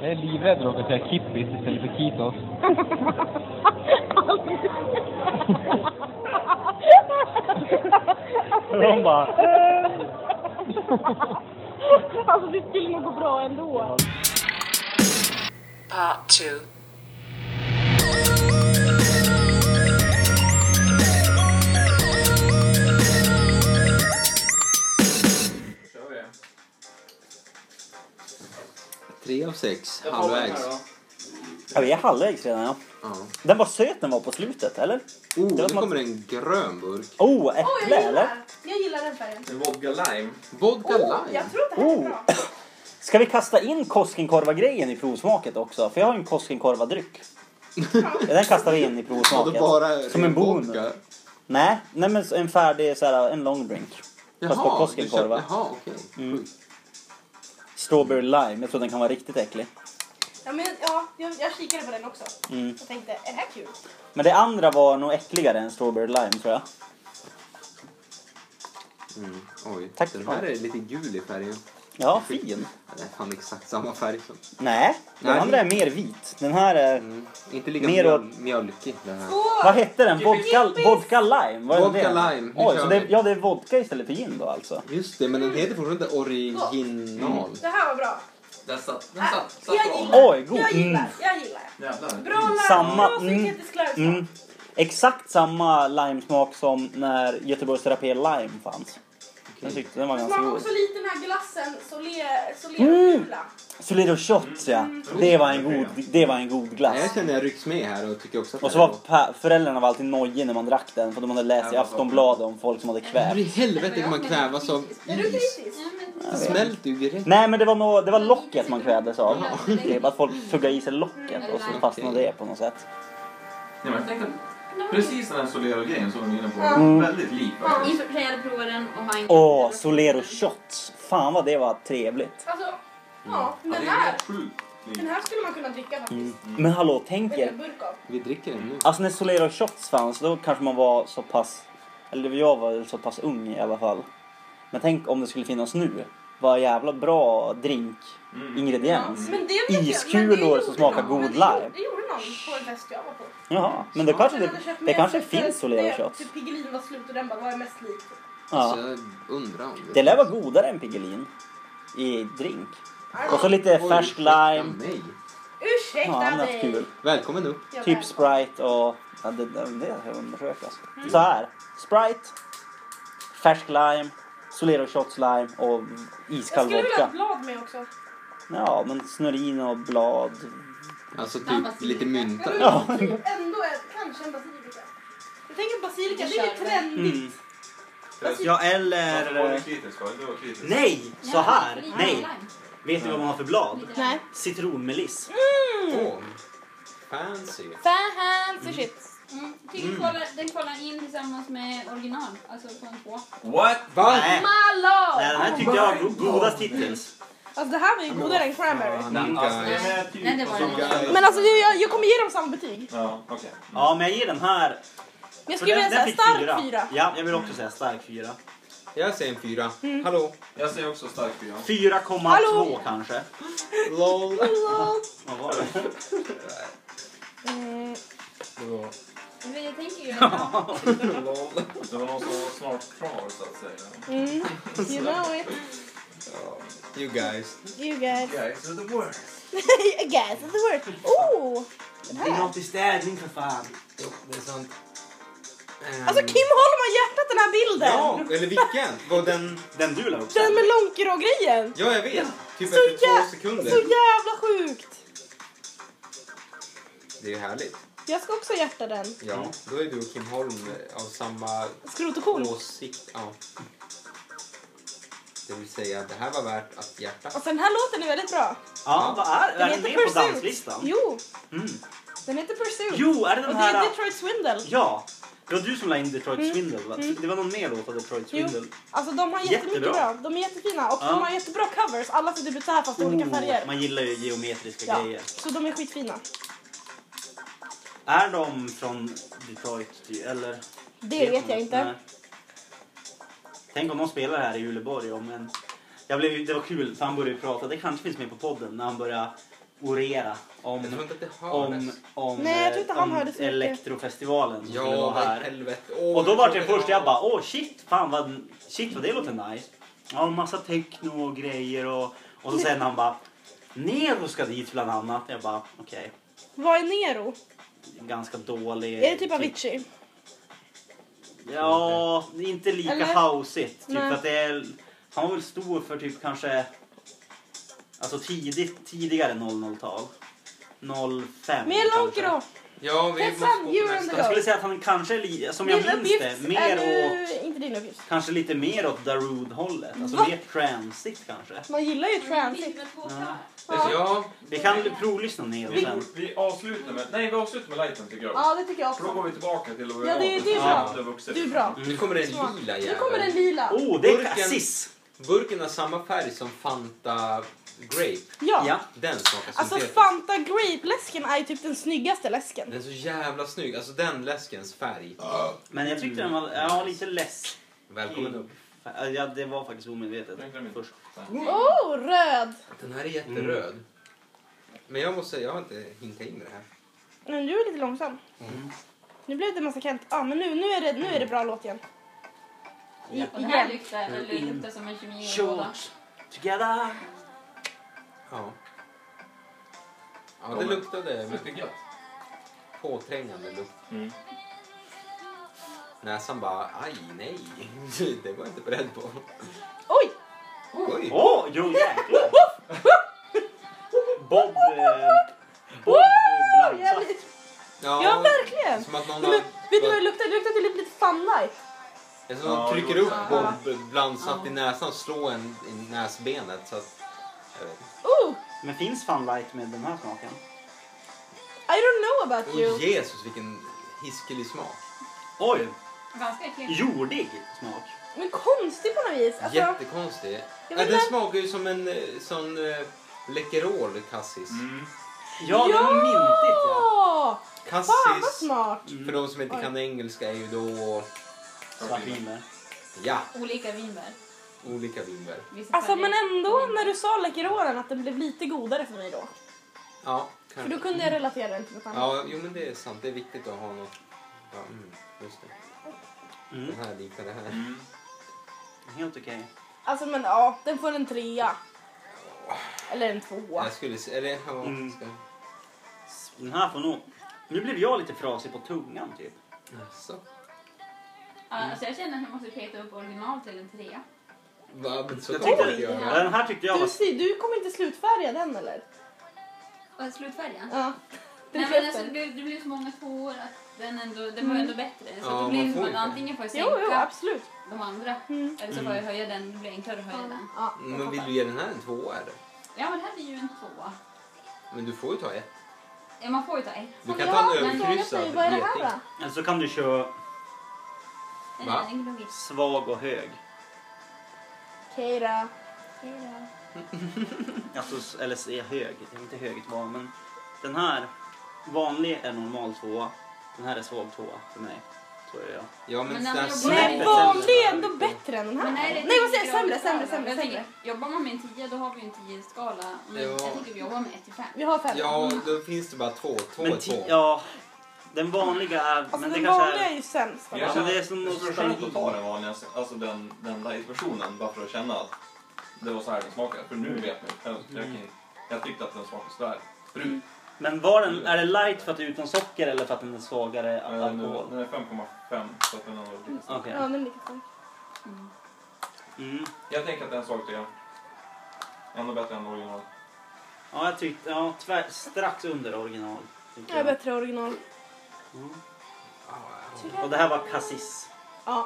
Jag är livrädd att råka säga kippis istället för kitos. De bara... Alltså det skulle nog gå bra ändå. Part 2. Tre av 6, halvvägs. Ja, vi är halvvägs redan, ja. Den var söt den var på slutet, eller? Nu kommer en grön burk. Äpple, eller? Jag gillar den färgen. En vodka lime. Vodka lime? Jag tror att det här är bra. Ska vi kasta in Koskenkorva-grejen i provsmaket också? För jag har en Koskenkorva-dryck. Den kastar vi in i provsmaket. Bara som en bonus. Nej, men en färdig såhär, en long drink. Fast på Koskenkorva. Jaha, okej. Strawberry lime, jag tror den kan vara riktigt äcklig. Ja, men jag kikade på den också. Jag tänkte, är det här kul? Men det andra var nog äckligare än strawberry lime, tror jag. Oj, tack den här är lite gul i färgen. Ja, fin. Det är fan exakt samma färg som... Nej, den andra är mer vit. Den här är... Inte lika mer mjölkig, den här. Vad hette den? Vodka lime? Vodka lime. Oj, så det är vodka istället för gin då alltså? Just det, men den heter fortfarande original. Det här var bra. Den satt Jag gillar. Oj, god. Jag gillar. Jävlar. Bra lime. Samma, bra syntetisk exakt samma limesmak som när Göteborgs Terapi Lime fanns. Jag tyckte den var ganska smakar god. också lite den här glassen, Solero-gula. Solero Shots, ja. Det var en god glass. Jag känner jag rycks med här och tycker också att och så var föräldrarna var alltid nojiga när man drack den. För de hade läst i Aftonbladet om folk som hade kvävt. Hur i helvete kan man kvävas av Är du is? kritisk? Det smälter ju direkt. Nej, men det var locket man kvävdes av. Att folk tuggade i sig locket och så fastnade det på något sätt. Ja, men jag tänkte precis den här Solero-grejen som de är inne på. Väldigt lik. I och för sig hade provat den och har inte... Solero Shots. Fan vad det var trevligt. Alltså, den Det är här. helt sjukt. Den här skulle man kunna dricka faktiskt. Men hallå, tänk er. En burk av. Vi dricker den nu. Alltså när Solero Shots fanns, då kanske man var så pass... Eller jag var så pass ung i alla fall. Men tänk om det skulle finnas nu. Vad jävla bra drinkingrediens. Men det vet jag, Iskulor som smakar god lime. Det gjorde någon på en fest jag var på. Jaha, men då kanske det kanske finns Solero Shots. Typ Piggelin var slut och den bara, vad är mest likt? Ja. Så jag undrar om Det lär vara godare än Piggelin i drink. Och så lite färsk lime. Nej. Ursäkta Ja, annat mig. kul. Välkommen upp. Ja, Typ Sprite och... Ja, det ska undersökas. Så här. Sprite, färsk lime, Solero Shots lime och iskall jag skulle vilja ha vodka. blad med också. Ja, men snurrin och blad. Alltså typ lite mynta. Ja. Jag tror ändå kanske en basilika. Jag tänker basilika, det är ju trendigt. Ja, Varför var eller... du kritisk? Du var kritisk. Nej, så här. Nej. Vet du vad man har för blad? Nej. Citronmeliss. Åh, fancy. Fancy shit. Den kollar in tillsammans med original. Alltså på en 2. What? Va? Nej, Mallow! den här tyckte jag var godast hittills. Alltså det här var ju godare än cranberry. Alltså, det är typ... Nej, det var det. Men alltså jag kommer ge dem samma betyg. Ja, okej. Ja, men jag ger den här... Men jag skulle vilja säga fick stark 4. Ja, jag vill också säga stark 4. Jag säger en 4. Hallå. Jag säger också stark 4. 4,2 kanske. Lol. Vad var det? Jag tänker ju... Det var någon som var snart klar så att säga. You know it. You guys. You guys. Guys are the worst. Guys is the word. Oh! Den Det är här. något i städning för fan. Jo, det är sant. Alltså Kim Holm har hjärtat den här bilden. Ja, eller vilken? Var den... Den du la upp. Den med Lonkero-grejen. Ja, jag vet. Typ Så, efter 2 sekunder. så jävla sjukt. Det är ju härligt. Jag ska också hjärta den. Ja, då är du och Kim Holm av samma Skrot och korn. åsikt. Ja. Det vill säga att det här var värt att hjärta. Alltså den här låten är väldigt bra. Ja, vad är den heter med på Pursuit. danslistan? Jo, Mm. den heter Pursuit. Jo, är det den Och det är här... Detroit Swindle. Ja, det var du som la in Detroit Swindle, va? Det var någon mer låt av Detroit Jo, Swindle. alltså de har jättemycket Jättebra. bra. De är jättefina och de har jättebra covers. Alla ser typ så här fast i olika färger. Man gillar ju geometriska Ja, grejer. så de är skitfina. Är de från Detroit, eller? Det vet jag inte. Nej. Tänk om de spelar här i Uleborg om en... Det var kul, för han började prata, det kanske finns med på podden, när han började orera Jag tror inte att det om hördes. Nej, jag tror inte han om hörde så mycket. Elektrofestivalen som skulle Ja, vara vad i här. helvete. Och då var det först jag bara, shit vad det låter nice. Ja, en massa techno och grejer och så sen han bara, Nero ska dit bland annat. Jag bara, okej. Vad är Nero? Ganska dålig. Är det typ Avicii? Ja, det är inte lika Eller? houseigt. Typ Nej. att det är, han var väl stor för typ kanske, alltså tidigare 00-tal. 05 Mer Lonke kanske. då? Ja, vi Tessa, måste gå you på and nästa. Jag skulle säga att han kanske är som jag Din minns det, uppgift mer är åt, nu... Inte din uppgift. kanske lite mer åt Darude-hållet. Alltså Va? mer transit kanske. Man gillar ju transit. Ja, Vi kan provlyssna ner och sen. Vi avslutar med lighten tycker jag. Ja, det tycker jag För då går också. vi tillbaka till Ja, det är bra. vuxet. Du är bra. nu kommer det en Smart. lila Nu jävel. kommer den lila. Oh, det är Burken. Cassis! Burken har samma färg som Fanta Grape. Ja. Ja. Den smakar Alltså syntetisk. Fanta Grape-läsken är ju typ den snyggaste läsken. Den är så jävla snygg. Alltså den läskens färg. Men jag tyckte den var lite less. Välkommen upp. Ja, det var faktiskt omedvetet först. Oh, röd! Den här är jätteröd. Men jag måste säga, jag har inte hinkat in med det här. Men du är lite långsam. Nu blev det en massa Kent. Ja, men nu är det bra låt igen. Och det här luktar som en kemilåda. Short together. Ja. Ja, det luktade Mycket med gött. påträngande lukt. Mm. Näsan bara, aj, nej. Det var jag inte beredd på. Oj! Oj. Jo jäklar. Bob blandsat. Ja, verkligen! Som att någon Nej, men, vet du vad det luktar? Det luktar till lite Funlight. Det är som att någon trycker upp Bob blandsatt i näsan och slår en i näsbenet. Så att, jag vet inte. Men finns Funlight med den här smaken? I don't know about you. Jesus, vilken hiskelig smak. Oj, Ganska äckligt. jordig smak. Men konstig på något vis. Alltså, Jättekonstig. Jag Ja, vet den inte. smakar ju som en sån Läkerol Cassis. Ja, det var mintigt ja. Ja! Fan vad Cassis, smart. för de som inte kan engelska, är ju då... Svartvinbär. Ja, Olika vinbär. olika vinbär. Vissa Alltså men färger. ändå när du sa Läkerolen att den blev lite godare för mig då. Ja, För kanske. då kunde jag relatera den till något annat. Ja, jo men det är sant. Det är viktigt att ha något... Ja, just det. Mm. Den här liknar det här. Helt okej. Alltså men ja, den får en 3. Eller en 2. Jag skulle se... Eller, ja, ska... Den här får nog... Nu blev jag lite frasig på tungan typ. Jaså. Alltså jag känner att jag måste peta upp original till en 3. Va, men så Jag kan man tyckte, inte göra. den här tyckte jag var... Du kommer inte slutfärga den eller? Och slutfärgen? Ja. Nej men alltså, det blir så många tvåor att den var ändå bättre. Så Ja, då blir man det får som ju att det. antingen får jag Jo, sänka absolut. de andra. Eller så får jag höja den, det blir enklare att höja den. Ja, Men vill du ge den här en 2 eller? Ja men det här blir ju en 2. Men du får ju ta ett. Ja man får ju ta ett. Du kan ta en men överkryssad Vad är det här geting. då? Eller så kan du köra Va? En glugg. svag och hög. Okej då. Alltså, eller är hög. Det är inte högt val, men den här vanlig är normal 2. Den här är svag 2 för mig. Så är jag. Ja, men Men den alltså, här jag Nej, Nej, vanlig är ändå bättre än den här. Men Nej, det vad säger jag? grader Sämre. skala. Jag tänker, Sämre. jobbar man med en 10 då har vi ju en 10-skala. Men Ja. jag tänker vi jobbar med 1-5. Vi har 5. Ja, då finns det bara 2. 2 Men är 2. ja, den vanliga är... Alltså men den det kanske vanliga är är... ju sämst. Jag Ja, känner det är att som det skulle vara skönt nostalgi. att ta den vanliga, alltså den light-versionen bara för att känna att det var så här den smakade. För nu vet jag tyckte att den smakade sådär förut. Men är det light för att det är utan socker eller för att den är svagare alkohol? Den är 5,5 så att den är nog lite stark. Okej. Ja, den är lite stark. Mm. Jag tänker att den svag 3. Ändå bättre än original. Ja, jag tyckte... Ja, strax under original. tycker Jag är bättre original. Och det här var Cassis. Ja.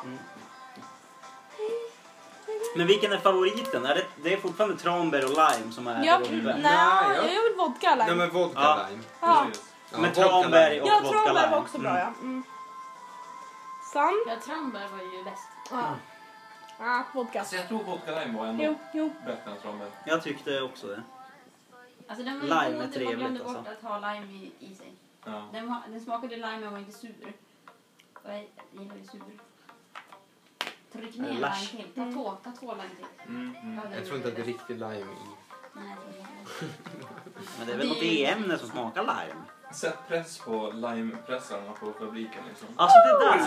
Men vilken är favoriten? Det är fortfarande tranbär och lime som är Ja, Robben. nej, ja. jag vill vodka lime. Nej, men vodka Ja. lime. Ja, Precis. Ja, Men vodka tranbär lime. och ja vodka tranbär lime. var också bra, ja. Sant? Ja, tranbär var ju bäst. Ja. Ja, vodka. Alltså jag tror vodka lime var ändå Jo. bättre än tranbär. Jag tyckte också det. Alltså den var Lime är god, man trevligt, glömde bort alltså. att ha lime i sig. Ja. Den smakade lime men var inte sur. Och jag gillar ju sur. Tryck ner lime Lash. till. Ta två lime till. Mm. Ja, det Jag tror inte att det är riktigt lime i. Nej, det är inte. Men det är väl något e-ämne som smakar lime. Sätt press på limepressarna på fabriken liksom. Alltså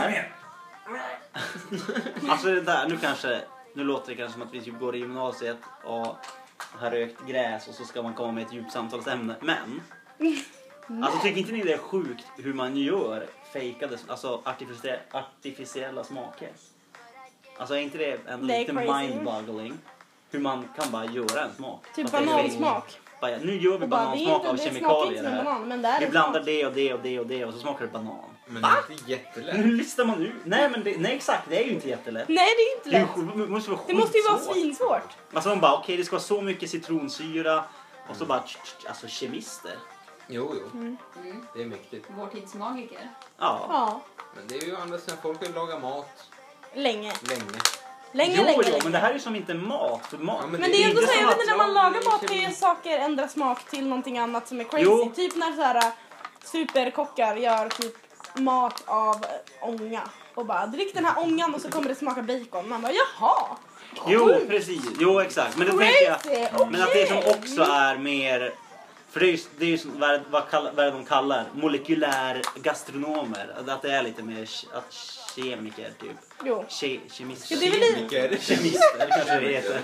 det där, nu låter det kanske som att vi typ går i gymnasiet och har rökt gräs och så ska man komma med ett djupt samtalsämne. Men, alltså tycker inte ni det är sjukt hur man gör fejkade, alltså artificiella smaker? Alltså är inte det ändå Det är lite crazy. mind-boggling? Hur man kan bara göra en smak. Typ Att det är banansmak. bara, nu gör vi Och bara, det är banansmak inte, av det smakar kemikalier inte som här. banan, men det är Vi en blandar smak. det och det och det och det och så smakar det banan. Men det är inte jättelätt. Nu listar man ut. Nej men nej exakt, det är ju inte jättelätt. Nej, det är inte Det, är lätt. ju, måste vara Det måste ju vara skitsvårt. svinsvårt. Alltså man bara okej, det ska vara så mycket citronsyra och så bara alltså kemister. Jo. Mm. Det är mäktigt. Vår tids magiker. Ja. Ja, Men det är ju andra sidan, folk vill laga mat länge. länge. Länge. Men det här är ju som inte mat. För mat. Ja, Men det är ändå inte så, som jag vet att- inte, när man lagar mat kan ju kemi. saker ändra smak till någonting annat som är crazy. Jo. Typ när så här superkockar gör typ mat av ånga. Och bara, drick den här ångan och så kommer det smaka bacon. Man bara, jaha! Jo, precis. Jo, exakt. Men då tänker jag... Crazy! Men att det som också är mer... För det är ju som, vad är det de kallar? Molekylär gastronomer. Att det är lite mer att kemiker typ. Jo. Kemister. Ja, det är väl lite- Kemiker. Kemister kanske det heter.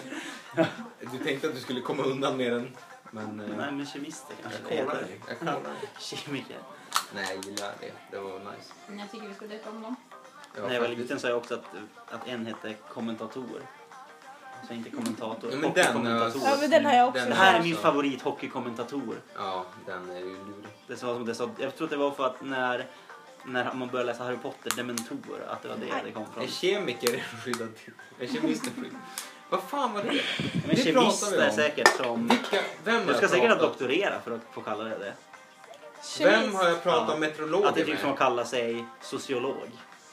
Du tänkte att du skulle komma undan med den. Men Nej men kemister kanske jag det kollar heter. dig. Jag kollar dig. Kemiker. Nej, jag gillar det. Det var nice. Men jag tycker vi ska döpa om dem. Ja, När jag var faktiskt. liten sa jag också att en hette kommentator. Så inte kommentator. Ja, men hockeykommentator. Ja, men den har jag också. Den Det här är också. min favorit hockeykommentator. Ja, den är ju lurig. Det som det sa, jag tror att det var för att när man började läsa Harry Potter, Dementor, att det var det kom från. En kemiker är skyddad. En kemist är skyddad. Vad fan var det? Men det kemist pratar vi är om. säkert som... Vem Du har ska jag säkert ha pratat? doktorera för att få kalla det. Vem har jag pratat Ja. om meteorologer Att det är typ med? som att kalla sig sociolog.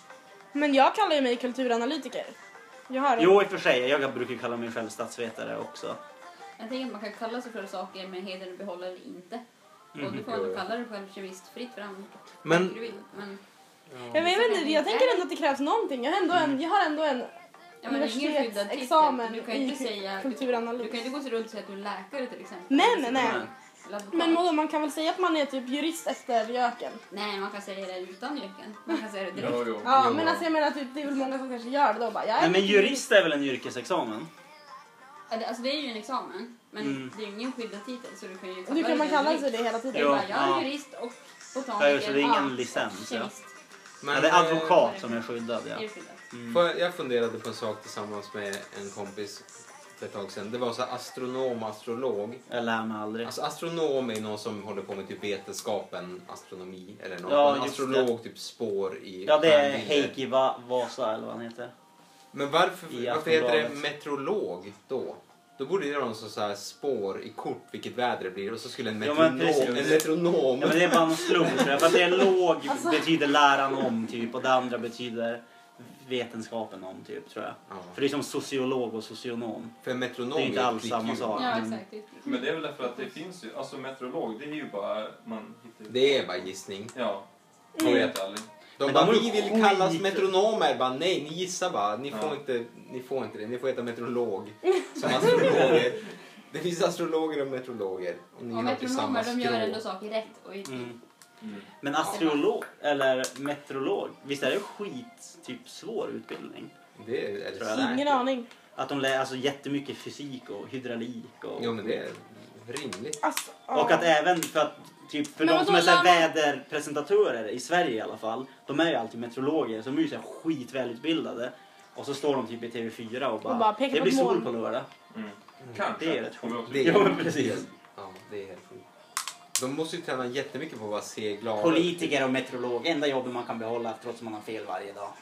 Men jag kallar ju mig kulturanalytiker. Jag har Jo, i och för sig. Jag brukar kalla mig själv statsvetare också. Jag tänker att man kan kalla sig för saker med heder och behåll eller inte. Och du får Jo, ändå jo. kalla dig själv kemist fritt fram. Men- Du vill. Men Jag vet inte, jag tänker ändå att det krävs någonting. Jag har ändå en ja, men det är ingen skyddad titel. universitetsexamen Du kan ju inte i säga... kulturanalys. Du kan ju inte gå runt och säga att du är läkare till exempel. Nej. Eller advokat. Men vadå, man kan väl säga att man är typ jurist efter göken? Nej, man kan säga det utan yrken. Man kan säga det direkt. Jo. Ja, Jo. men alltså jag menar typ, det är väl många som kanske gör det då bara. Jag är Nej, men inte jurist är väl en yrkesexamen? Alltså det är ju en examen. Men Mm. det är ju ingen skyddad titel. Så du kan ju Och du kan man det kalla direkt. sig det hela Det är tiden. Jo. bara, jag är Ja. jurist och Ja, botaniker. just det, det är ingen licens, ja. Kemist. Ja, det är advokat som är skyddad, ja. Är skyddat. Jag funderade på en sak tillsammans med en kompis för ett tag sedan. Det var så här astronom och astrolog. Jag lär mig aldrig. Alltså astronom är någon som håller på med typ vetenskapen, astronomi eller något. Ja, En just astrolog typ spår i Ja, det är stjärnbilder. Heikki Vasa eller vad han heter. Men varför I heter det Aftonbladet. meteorolog då? Då borde det vara någon så här spår i kort vilket väder det blir och så skulle en Ja, men metronom... precis. En metronom. Ja, men det är bara någon slump tror jag. För att det är låg Alltså- betyder läran om typ och det andra betyder vetenskapen om typ tror jag. Ja. För det är som sociolog och socionom. För en metronom Det är inte ett alls samma flickdjur. sak. Ja, Mm. exakt. Men det är väl därför att det finns ju, alltså meteorolog, det är ju bara, man hittar... Det är bara gissning. Ja, man vet aldrig. De Men bara, de är vi vill skit. kallas metronomer. Bara, nej, ni gissar bara. Ni får Ja. inte det. Ni får heta meteorolog. Som astrologer. Det finns astrologer och meteorologer. Och ni Och har till samma metronomer, de gör ändå skrå. saker rätt. Och Mm. Mm. Men astrolog eller meteorolog, visst är det skit typ svår utbildning? Det är Tror jag. säkert. Ingen aning. Att de lär alltså jättemycket fysik och hydraulik och... Jo, men det är rimligt. Alltså, Och att även för att typ för Men de vadå, som är så här lär man- väderpresentatörer i Sverige i alla fall, de är ju alltid meteorologer, så de är ju så här skitvälutbildade. Och så står de typ i TV4 och bara, Och bara pekar det på blir ett sol moln." på lördag. Mm. Kanske. Det är rätt Kommer jag också- Det är, Ja, men precis. Ja, det är helt sjukt. De måste ju träna jättemycket på att bara se glada. Politiker och meteorolog, enda jobbet man kan behålla trots att man har fel varje dag.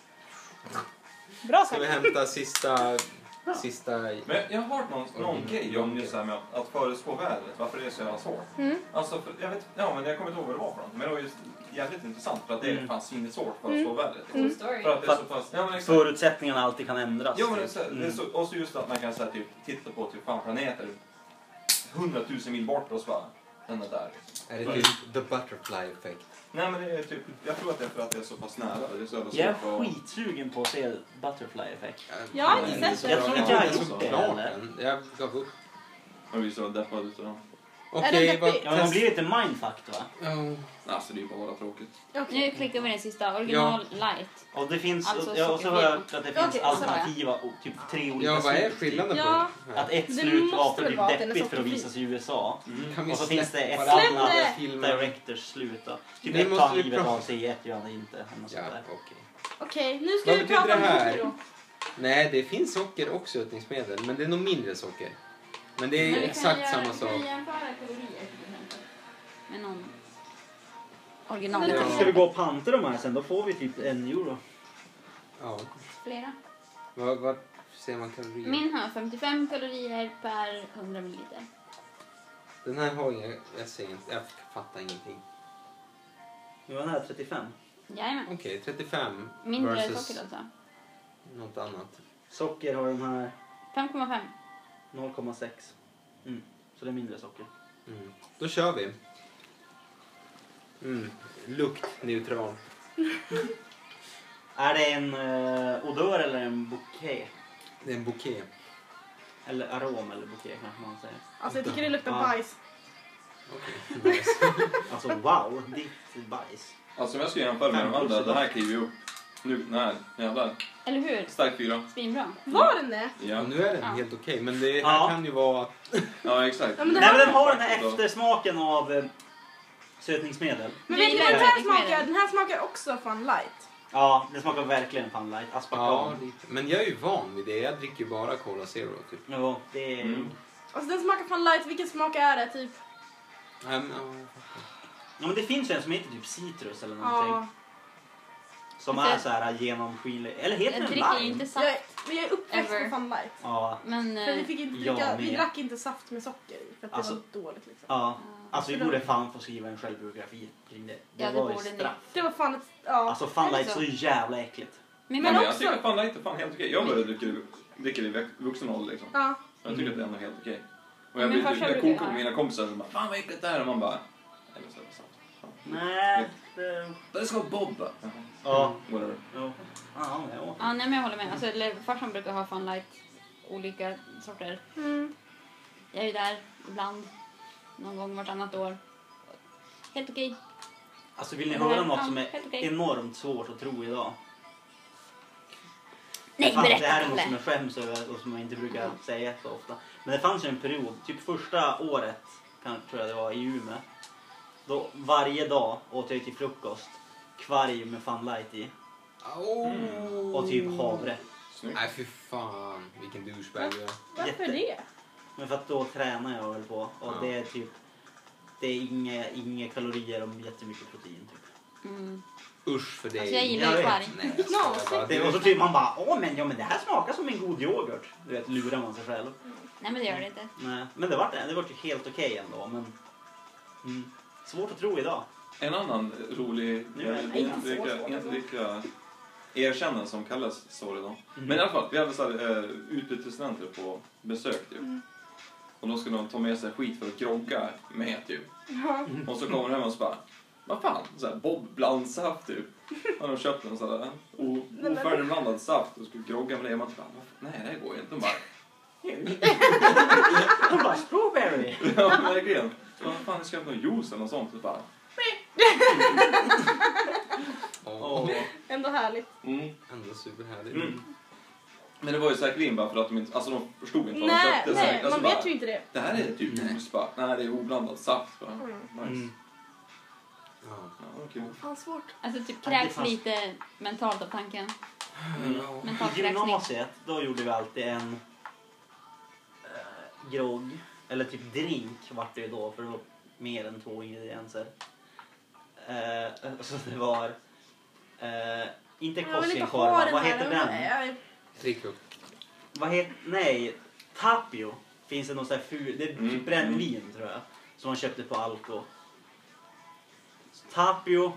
Bra Ska vi sagt. hämta sista... Men jag har hört någon grej om just det här med att förutspå vädret, varför det är så jävla svårt. Mm. Alltså, för, jag kommer inte ihåg vad det var för något, men det var just jävligt intressant för att det är fan svårt för att förutspå vädret. Cool story. För att det är så pass... Ja, men exakt. Förutsättningarna alltid kan ändras. Ja, men det är typ. så, det är så, och så just att man kan så här, typ, titta på typ, fan, planeter 100 000 mil bort och så bara, den är där. Är det typ the butterfly effect? Nej, men det är typ, jag tror att det är för att det är så pass nära. Det är så jävla Jag är svårt att... skitsugen på att se Butterfly Effect. Jag har inte sett Jag tror inte jag har inte gjort det klart heller. än. Jag gav upp. Och vi så deppade ut dem. Okej, vad... Ja, men de blir lite mindfucked va? Alltså det är bara tråkigt. Nu klickar vi den sista. Original light. Och det finns, Alltså, jag har också hört att det finns Okej, alternativa, typ 3 olika Ja, vad är slut. skillnaden på Ja. det? Att ett Det slut var måste för väl typ vara att den är deppigt för att sockerfri. visas i USA. Kan vi Och så finns det ett släppa Släpp annat det! filmer? directors slut då. Typ Nu ett måste tar vi livet prata- av sig, ett gör det inte. Eller något Ja, sånt där. okej. Okej, nu ska Vad vi betyder prata om det här? socker då. Nej, det finns socker och sötningsmedel, men det är nog mindre socker. Men det är Men vi exakt kan samma sak. Kan jämföra kalorier till exempel. Med någon original. Ja. Ska vi gå och panta de här sen, då får vi typ €1. Ja. Flera. Vad ser man kalorier? Min har 55 kalorier per 100 milliliter. Den här har jag ser inte, jag fattar ingenting. Nu var den här 35. Jajamän. Okej, 35 Mindre versus socker alltså. något annat. Socker har den här 5,5. 0,6. Så det är mindre socker. Mm. Då kör vi. Lukt neutral. Är det en odör eller en bouquet? Det är en bouquet. Eller arom eller bouquet kanske man säger. Alltså jag tycker det luktar Ja. bajs. Okej, nice. Alltså wow, ditt bajs. Alltså om jag ska jämföra med de andra, det här kliver ju upp. Nu, nej, jävlar. Eller hur? Stark 4. Svinbra. Var den det? Ja, Ja, nu är den Ja. helt okej, men det här Ja. kan ju vara... ja exakt. Ja, men det Nej här- men den har den här eftersmaken av sötningsmedel. Men Du vet ni vad gillar den här sötningsmedel? smakar? Den här smakar också Fun Light. Ja, det smakar verkligen Fun Light. Ja, Aspartam. lite. Men jag är ju van vid det. Jag dricker ju bara Cola Zero, typ. Jo, det är... Alltså den smakar Fun Light. Vilken smak är det typ? Jag fattar. Ja men det finns ju en som heter typ citrus eller någonting. Ja. Som Alltså, är så här genomskinlig. Eller heter Jag den dricker ju lime? inte saft. Men jag är uppväxt Ever. med Fun Light. Ja, Men För vi fick inte jag dricka, vi med. drack inte saft med socker i. För att Alltså- det var dåligt liksom. ja. Alltså vi borde fan få skriva en självbiografi kring det. Ja, det var ju borde ni. straff. Det var fan ett... Ja. Alltså Fun Är det Light så? så jävla äckligt. min Men mamma jag också- tycker fan lite fan helt okej. Jag började dricka det i vuxen ålder liksom. Ja. Jag tycker att det är ändå helt okej. Och jag Min vet farsa jag brukar kokar med ha. mina kompisar och bara fan vad äckligt det här är. Och man bara... Nej, men så är det sant. Fan. Nej. Det ska vara Bob. Ja. Whatever. Jo. Ja, ja. Ja, nej men jag håller med. Alltså, eller, farsan brukar ha Fun Light. Olika sorter. Mm. Jag är ju där ibland. Någon gång vartannat år. Helt okej. Alltså vill ni Det här- höra något ja, som är helt okej. enormt svårt att tro idag? Nej, Fan, berätta det här är något Kalle. som jag skäms över och som jag inte brukar säga så ofta. Men det fanns ju en period, typ första året tror jag det var i Umeå. Då varje dag åt jag till frukost kvarg med Fun Light i och typ havre. Snyggt. Nej, fy fan. Vilken douchebag du är. Varför Jätte- det? Men för att då tränar jag väl på och Ja. det är typ det är inga kalorier och jättemycket protein typ. Mm. Usch för dig. Alltså jag gillar Jag ju vet. kvarg. Nej, jag skojar bara. Det, och så typ man bara, men det här smakar som en god yoghurt. Du vet, lurar man sig själv. Nej men det gör det inte. Nej, men det var ju helt okej ändå. Men, svårt att tro idag. En annan rolig... Nu Jag är det vill inte så svårt, inte alltså. dricka erkännande som kallas så idag. Men i alla fall, vi hade så här, utbytesstudenter på besök typ. Och då skulle de ta med sig skit för att grogga med typ. Ja. Och så kommer de hem och så bara, vad fan, så här, Bob blandsaft typ. Och de köpte en sån där ofärdigblandad saft och skulle grogga med det. Och man bara, nej det här går ju inte. De bara, De bara, strawberry! ja verkligen. Så vad fan, jag ska ha någon juice eller något sånt. Och bara, Åh. Ändå härligt. Ändå superhärligt. Men det var ju säkerligen bara för att de inte, alltså de förstod inte vad de Nej, köpte. nej, Alltså man bara, vet ju inte det. det här är typ juice bara. Nej, det är oblandad saft bara. Nice. Ja. Ja, kul. Fan svårt. Alltså typ Ja, det kräks fanns- lite mentalt av tanken. Ja. Mentalt I kräksning. gymnasiet, då gjorde vi alltid en grogg, eller typ drink vart det ju då, för det var mer än 2 ingredienser. Så det var inte Jag vill inte ha Koskenkorva, den vad här. heter den? Drick upp. Nej, Tapio finns det någon sån här ful, det är Mm. typ brännvin tror jag, som man köpte på Alko. Så Tapio,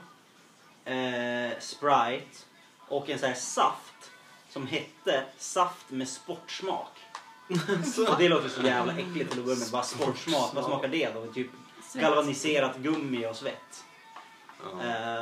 Sprite och en sån här saft som hette saft med sportsmak. Och det låter så jävla äckligt till att börja med, bara sportsmak. Vad smakar det då? Typ galvaniserat gummi och svett. Ja.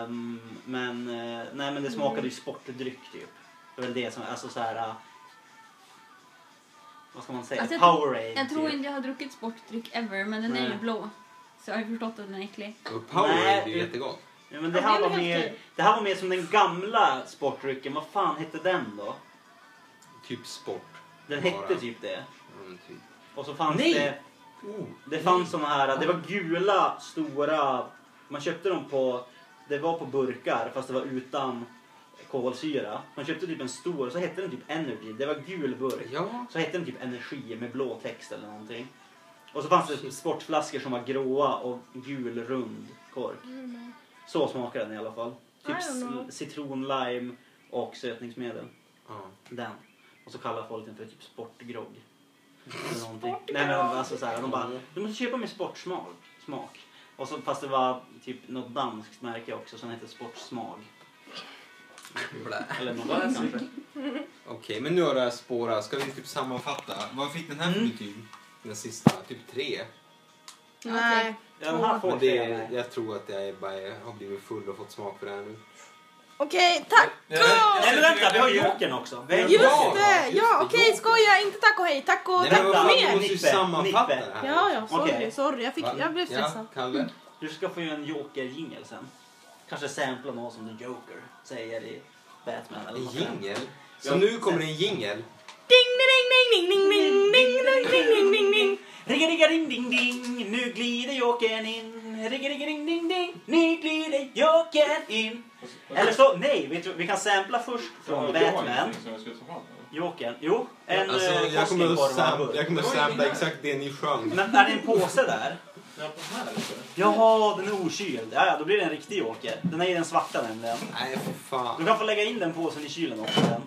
Men det smakade ju sportdryck typ. Det var väl det som, alltså så här. vad ska man säga? Alltså, Powerade. Jag tror inte jag har druckit sportdryck ever, men den är ju blå. Så jag har ju förstått att den är äcklig. Och Powerade är ju Nej. jättegott. Ja, men Ja, det här det är var väl mer, häftigt. det här var mer som den gamla sportdrycken. Vad fan hette den då? Typ sport. Den Bara. hette typ det. Typ. Och så fanns Nej! det... Det fanns såna här, det var gula, stora... Man köpte dem på... Det var på burkar, fast det var utan kolsyra. Man köpte typ en stor, så hette den typ Energy. Det var gul burk. Ja. Så hette den typ Energi med blå text eller någonting. Och så fanns det sportflaskor som var gråa och gul rund kork. Så smakade den i alla fall. Typ I don't know. citron, lime och sötningsmedel. Ja. Den. Och så kallar folk den för typ sportgrogg. Eller någonting. Nej men alltså så här, de bara, du måste köpa med sportsmak. Och så, fast det var typ något danskt märke också som hette Sportsmag. Blä. Eller något annat kanske. Okej, men nu har det här spårat. Ska vi typ sammanfatta? Vad fick den här för betyg? Den sista? Typ 3? Nej. Ja, den här får Men det, det. jag tror att jag bara har blivit full och fått smak för det här nu. Okej, taco! Nej men vänta, vi har jokern också. Vi har Just jokern. det! Ja, okej, skoja. Inte taco, hej. Taco, Nej, men taco vad fan, vi mer. måste ju Nippe, sammanfatta Nippe. det här. Ja, Okej. sorry. Jag blev stressad. Ja, Kalle. Du ska få göra en joker-jingel sen. Kanske sampla något som The Joker säger i Batman eller En något. jingel? Så nu kommer det en jingel. Ding, ding, ding, ding, ding, ding, ding, ding, ding, ding, ding. Rigga rigga ding ding ding, nu glider jokern in. Rigga rigga ding ding ding, nu glider jokern in. Eller så, nej, vi kan sampla först från Batman. Jokern, jo. En Alltså, jag kommer sampla exakt det ni sjöng. Men är det en påse där? Jaha, den är okyld. Ja, då blir det en riktig joker. Den är i den svarta nämligen. Nej, för Du fan. kan få lägga in den påsen i kylen också. Den.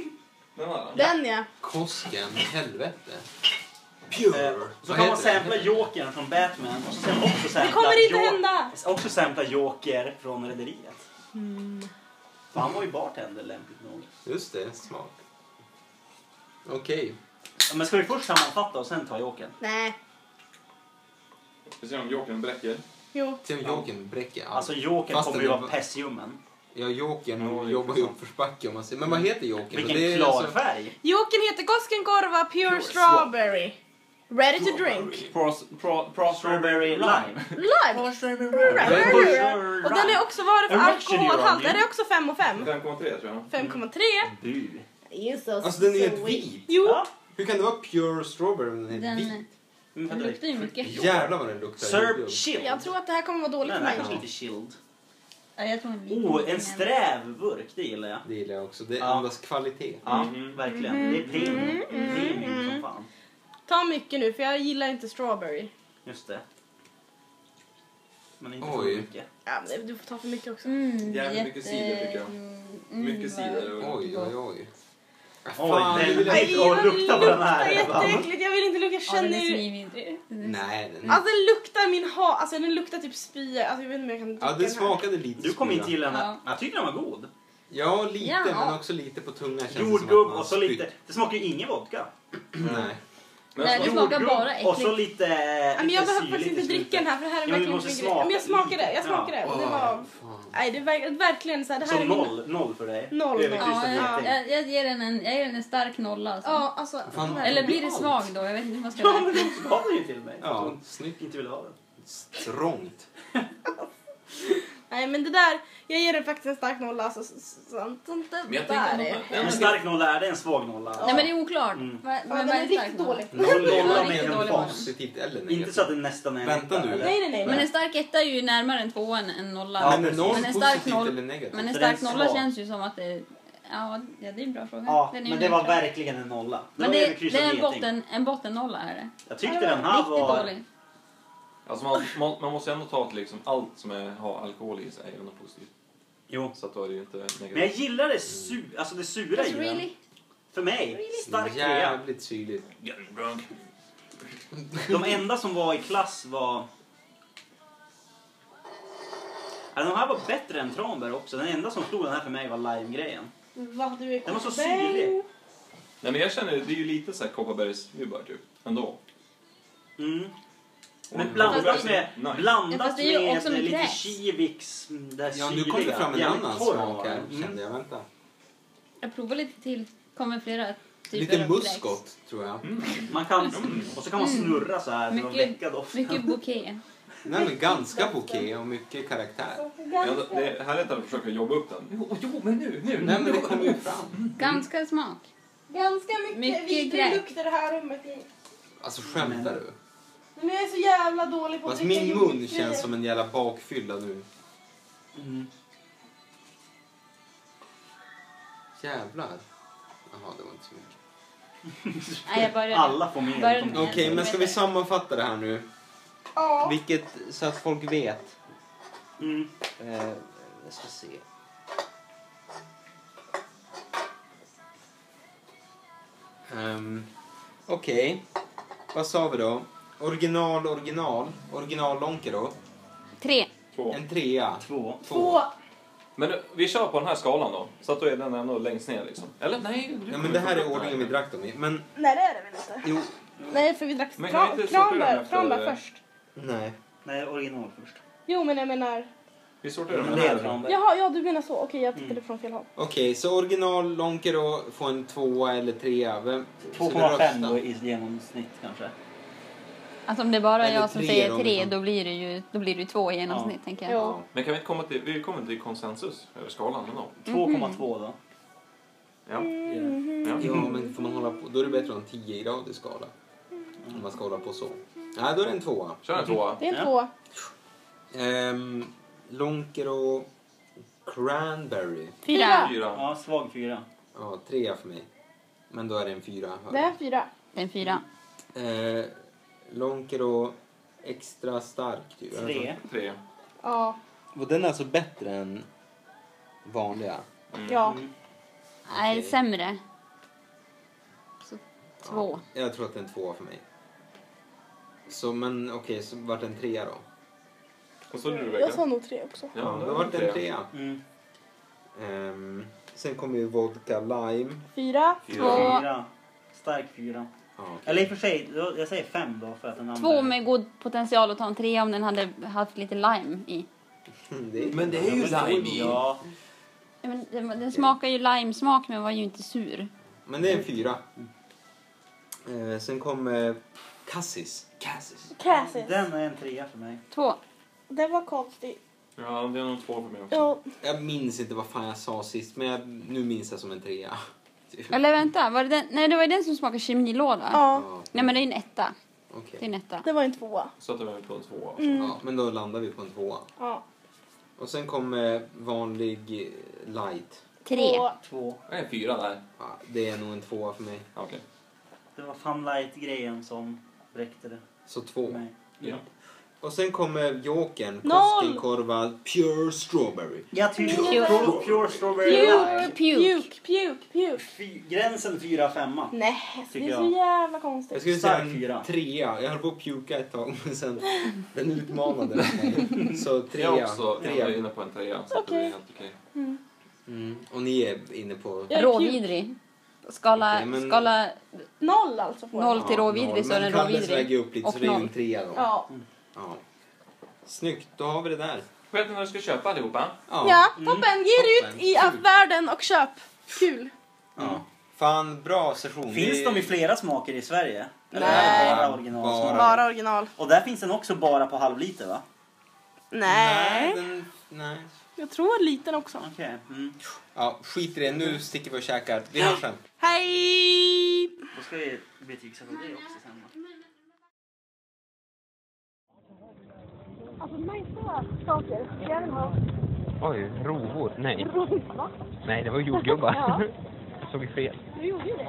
Den ja. Kosken, helvete. Pure. Så Vad kan man heter det? sampla jokern från Batman. Och så sen också sampla Det kommer inte hända. Också sampla joker från Rederiet. För han var ju bartender lämpligt nog. Just det, smart. Okej. Ja, men ska vi först sammanfatta och sen ta jokern? Nej. Vi ser om jokern bräcker. Jo. Se om Jokern bräcker allt. Alltså jokern Fast kommer den ju är- vara pessiummen. Ja, Jokern jobbar ju upp för spacke om man säger. Men vad heter Jokern? Vilken Det är klar alltså- färg. Jokern heter Koskenkorva Pure Strawberry. Ready to drink. Strawberry lime. Live. Och den är också vad är det för Erection alkoholhalt? you're on, Den är också 5 och 5. 5,3 tror jag. 5,3. Bu. Just så Alltså den är helt sweet. vit. Jo. Ja. Hur kan det vara pure strawberry om den är helt vit? Den Men luktar ju mycket. Jävlar vad den luktar. Serb chilled. Jag tror att det här kommer vara dåligt Den för är mig. kanske lite chilled. Ja, jag tror En sträv burk, det gillar jag. Det gillar jag också. Det Ja. andas kvalitet. Ja, verkligen. Det är premium som fan. Ta mycket nu för jag gillar inte strawberry. Just det. Men inte för Oj. mycket. Ja, men du får ta för mycket också. Jävligt mycket cider tycker jag. Mycket cider. och- Oj, oj, oj. Oj, det den vill jag är- inte. och lukta på den här. Jätteäckligt. Jag vill inte lukta. Jag Ja, den är känner ju... svinvidrig. Nej, den... Alltså den luktar min Alltså den luktar typ spya. Alltså jag vet inte om jag kan dricka Ja, den den här. smakade lite Du kommer inte spya. gilla den här. Ja. Jag tycker den var god. Ja, lite, Ja. men också lite på tungan känns det som Jordgubb att man och så spytt. lite... Det smakar ju ingen vodka. Nej. Men Nej, det alltså, smakar bara Och så äckligt. lite... Ja, men jag lite behöver syrligt faktiskt i inte slutet. dricka den här för det här är Ja, men du verkligen måste inte min grej. Men jag smaka smakade. lite. Jag smakade. Ja. Och det var... Nej, det är verkligen så här. Det här Så är min... noll för dig. Noll. Överkryssad Ja, geting. jag ger den en stark nolla. Alltså. Ja, alltså... Fan. Eller blir det svag då? Jag vet inte hur man ska Ja, men räkna. du gav den ju till mig. Ja, Att snyggt. du inte ville ha den. Strångt. Nej, men det där... Jag ger den faktiskt en stark nolla. Alltså, sånt Men jag där tänkte är... nog- En stark nolla är det en svag nolla. Nej, men det är oklart. Mm. Vad Ja, vad den är en stark riktigt nolla? dålig. Nolla Ja, med riktigt en dålig var den. fas. Positivt eller negativt. Inte så att den nästan är Vänta etta, nu. eller? Nej. Men en stark etta är ju närmare en tvåa än en nolla. Ja, Men är noll Men en stark positivt noll- eller negativt? Men en Så den stark är nolla svag. känns ju som att det... Ja, det är en bra fråga. Ja, Den är ju men det var neutral. verkligen en nolla. Men var det överkryssad är geting. en bottennolla är det. Jag tyckte den här Riktigt var... dålig. Alltså man måste ändå ta till liksom allt som har alkohol i sig är ju något positivt. Jo. Så att då är det ju inte negativt. Men jag gillar det, alltså det sura i Alltså, den. really? För mig, stark trea. Jävligt syrligt. De enda som var i klass var... Ja, de här var bättre än Tranberg också. Den enda som slog den här för mig var lime-grejen. Vad du är Den var så syrlig. Nej men jag känner, det är ju lite så här Kopparbergs-vibbar typ. Ändå. Mm. Men Och- blandat med, Nice. Ja, blandat fast det är ju också med med lite gräs. Kiviks, det här Ja, nu kom det fram en Jävligt annan torr smak var här, den. kände jag. Vänta. Jag provar lite till. Kommer flera Typ Lite av muskot, tror jag. Man kan, och så kan man snurra så här. Mycket- Väcka doften. Mycket bouquet. Nej, men ganska bouquet och mycket karaktär. Ja, det är härligt att försöka jobba upp den. Jo, men nu. Nej, men det kommer ju fram. Ganska smak. Ganska mycket Mycket lukt i det här rummet. Alltså, skämtar du? Men jag är så jävla dålig på att Fast dricka min mun jordgubbsgrejer. känns som en jävla bakfylla nu. Mm. Jävlar. Jaha, det var inte så mycket. Nej, jag börjar. Alla får med. Börjar får med. med. Okej, men ska vi sammanfatta det här nu? Ja. Vilket, så att folk vet. Mm. Jag ska se. Okej. Vad sa vi då? Original Lonke då? 3. 2. En 3. 2. 2. Men vi kör på den här skalan då. Så att då är den ändå längst ner liksom. Eller nej. Ja, men det här är ordningen vi drack dem i. Men, Nej, det är det väl inte? jo, Nej, för vi drack Men kan vi inte sortera kranbär efter- kranbär först. nej. Nej, original först. Jo, men jag menar... Vi sorterar Men den det är här. från Jaha, ja, du menar så. Okej, jag tittade från fel håll. Okej, så original Lonke då får en 2 eller 3. Vem ska vi 2,5 då rösta? i genomsnitt kanske. Alltså om det bara är Eller jag som 3 säger då, 3, liksom. då blir det ju 2 i genomsnitt, tänker jag. Jo. Men kan vi inte komma till, vi kommer till konsensus över skalan ändå? 2,2 då. Ja. Ja, men får man hålla på, då är det bättre att ha en 10-gradig skala. Om man ska hålla på så. Nej, då är det en 2. Kör en 2. Det är en Ja. 2. Lonke och Cranberry. 4. 4. Ja, svag 4. Ja, 3 för mig. Men då är det en 4. Det är en 4. Det är en 4. Lonke och extra stark. Typ. 3. 3. Ja. Och den är alltså bättre än vanliga. Ja. Mm. Nej, Okej. sämre. Så 2. Ja, jag tror att det är en 2 för mig. Så, men okej, så vart det en 3 då? Och så är du Jag Rebecka. sa nog 3 också. Ja, då vart det en 3. Mm. Sen kommer ju vodka lime. 4. 2. 4. Stark 4. Ja, okej. Eller i och för sig, jag säger 5 då för att den andra... 2 med god potential att ta en 3 om den hade haft lite lime i. Men det är ju lime i. Ja. Ja, men den smakar ju lime-smak men var ju inte sur. Men det är en 4. Sen kommer Cassis. Cassis. Den är en 3 för mig. 2. Det var konstigt. Ja, det är nog 2 för mig också. Ja. Jag minns inte vad fan jag sa sist, men nu minns jag som en 3. Eller vänta, var det den? Nej, det var ju den som smakade kemilåda. Ja. Nej, men det är en 1. Okej. Det är en 1. Det var en 2. Så att det var på en 2. Ja, men då landar vi på en 2. Ja. Och sen kommer vanlig light. 3. 2. Det är en 4 där. Ja, det är nog en 2 för mig. Okej. Det var Funlight-grejen som räckte det Så 2. för mig. Ja. Och sen kommer Jokern, 0. Koskenkorva, Pure Strawberry. Ja, typ pure strawberry Pure light. puke. Gränsen 4-5. Nej, det Tycker är så jag. jävla Jag konstigt. skulle säga Stark 4. en 3. Jag höll på att puka ett tag, men sen den utmanade mig. Så 3. Jag är också jag är 3. inne på en 3. Så att det är Okej. helt okej. Och ni är inne på... Jag är Råvidrig. Skala, Okej, men- skala 0 alltså får jag. 0 till råvidrig så är den Men Kalles råvidrig. väger upp lite Och så det är ju en 0. 3 då. Ja. Ja. Snyggt, då har vi det där. Vet ni vad du ska köpa allihopa? Ja, toppen. Ge er Toppen. ut i världen och köp. Kul. Ja. Fan, bra session. Finns de i flera smaker i Sverige? Eller Nej. är det bara originalsmak? Bara original. Och där finns den också bara på halvliter va? Nej. Nej. Jag tror liten också. Okej. Mm. Ja, skit i det. Nu sticker vi och käkar. Vi hörs sen. Hej! Då ska vi betygsätta det också sen va? Alltså najsa saker. Jag vill ha Oj, rovor. Nej. va? Nej, det var jordgubbar. Ja. Jag såg fel. Du gjorde ju det.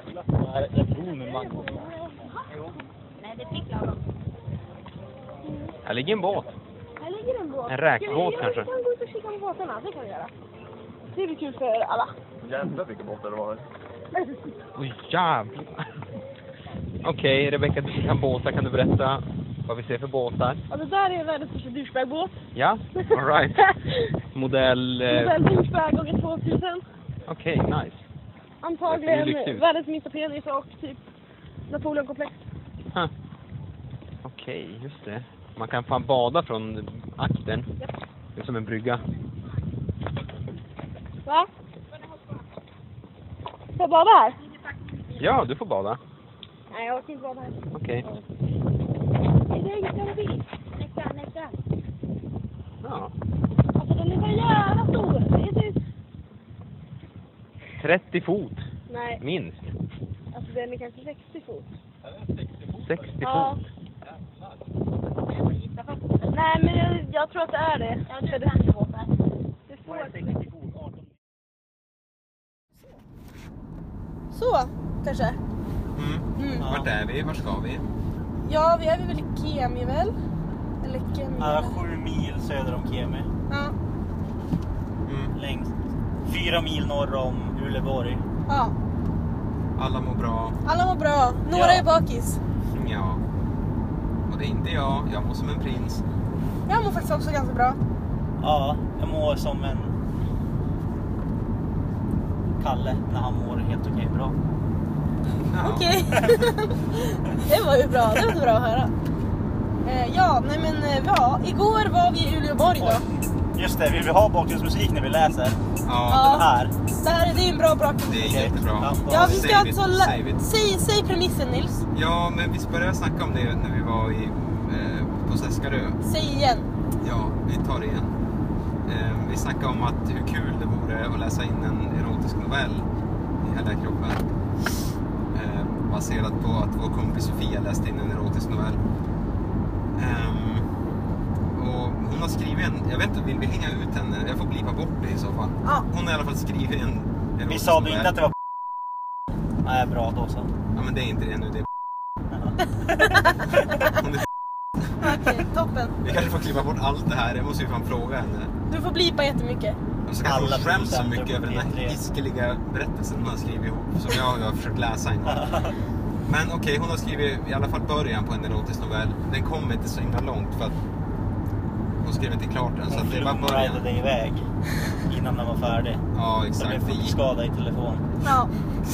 Här ligger en båt. Här ligger en båt. En räkbåt kanske. Vi kan gå ut och kika på båtarna. Det kan vi göra. Det blir kul för alla. Jävlar vilka båtar det var. Oj, jävlar. Okej, Rebecka, du kan båtar. Kan du berätta vad vi ser för båtar? Ja, det där är världens största douchebag-båt. Ja, all right. Modell... Modell douchebag gånger 2000. Okej, nice. Det ser Antagligen lyxigt ut. världens minsta penis och typ Napoleonkomplex. Huh. Okej, just det. Man kan fan bada från akten. Det är som en brygga. Va? Ska jag bada här? Ja, du får bada. Nej, jag orkar inte vara här. Okej. Nästa. Ja. Alltså den är så jävla stor. Det är typ... 30 fot. Nej, Minst. alltså den är kanske 60 fot. 60 Ja. fot. Nej, men jag tror att det är det. Ja, det är båtar. Det står 60 fot, 18. Så, kanske. Vart är vi? Vart ska vi? Ja, vi är väl i Kemi väl? Eller Kemi. Ja, 7 mil söder om Kemi. Ja. Längst 4 mil norr om Uleåborg. Ja. Alla mår bra. Alla var bra. Några Ja. är bakis. Ja. Och det är inte jag. Jag mår som en prins. Jag mår faktiskt också ganska bra. Ja, jag mår som en Kalle när han mår helt okej bra. Ja. Okej. Det var ju bra. Det var så bra att höra. Igår var vi i Uleåborg då. Just det, vill vi ha bakgrundsmusik när vi läser? Ja, Den här. Det är en bra det är Okej. jättebra. Ja, vi ska Save it, alltså... save it. Säg premissen, Nils. Ja, men vi började snacka om det när vi var på Seskarö. Säg igen. Ja, vi tar det igen. Vi snackade om att hur kul det vore att läsa in en erotisk novell i hela kroppen. Baserat på att vår kompis Sofia läste in en erotisk novell. Och hon har skrivit en, jag vet inte, vill vi hänga ut henne? Jag får blipa bort det i så fall. Ja. Hon har i alla fall skrivit en erotisk Vi sa novell. inte att det var Nej, bra då så. Ja, men det är inte det nu, det är hon är Okej, toppen. Vi kanske får klippa bort allt det här, jag måste ju fan fråga henne. Du får blipa jättemycket. Och så kanske hon Alla skäms så producenter mycket över den här på P3. hiskeliga berättelsen hon har skrivit ihop, som jag har försökt läsa en gång. Men okej, hon har skrivit i alla fall början på en erotisk novell. Den kom inte så himla långt för att hon skrev inte klart den, så att det var början. Hon dig iväg innan den var färdig. Ja, Så exakt. blev Det gick. skada i telefon. Ja.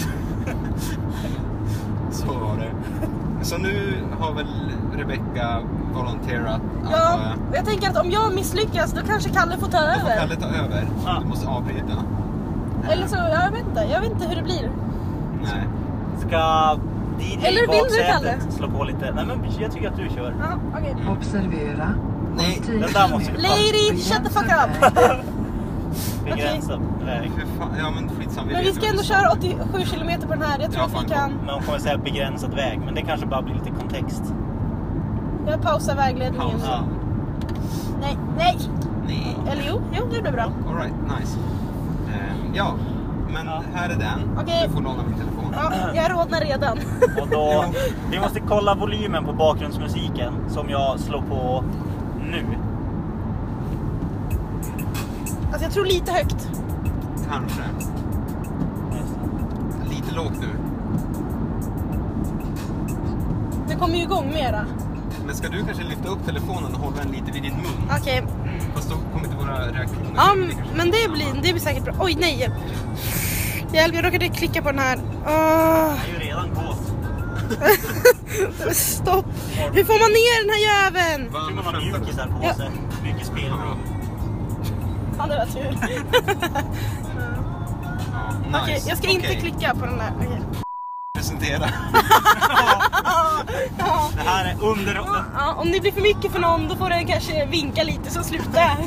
Så var det. Så nu har väl Rebecca volonterat. Ja, och jag tänker att om jag misslyckas då kanske Kalle får ta Då får över. Kalle ta över. Ja. Du måste avbryta. Eller så, jag vet inte hur det blir. Nej. Ska DJ Eller vill du, Kalle? slå på lite? Nej, men jag tycker att du kör. Ja, okej. Observera. Nej, Den där måste vi Lady, shut the fuck up! begränsa väg. För fan. Ja, men skitsam. Men vi ska ändå köra 87 kilometer på den här. Jag tror Ja, att vi fan, kan... Men hon kommer säga begränsad väg, men det kanske bara blir lite kontext. Jag pausar vägledningen. Pausa. Ja. Nej. Nej. Eller jo, det blir bra. All right, nice. Ja, men Ja. här är den. Okej. Du får låna min telefon. Ja, jag rodnar redan. Och då, vi måste kolla volymen på bakgrundsmusiken som jag slår på nu. Alltså jag tror lite högt. Kanske. Lite lågt nu. Det kommer ju igång mera. Men ska du kanske lyfta upp telefonen och hålla den lite vid din mun? Okej. Fast då kommer inte våra reaktioner. Ja, Det kanske- men det blir säkert bra. Oj, nej. Hjälp, jag råkade klicka på den här. Jag är ju redan kåt. Stopp. Hur får man ner den här jäveln? Jag tror man har mjukisar på Ja. sig. Mycket spelrum. Ja, det var tur. Ja, nice. Okej, jag ska inte Okej. klicka på den här. Okej. Presentera. Det här är under... Ja, om det blir för mycket för någon då får den kanske vinka lite så slutar jag.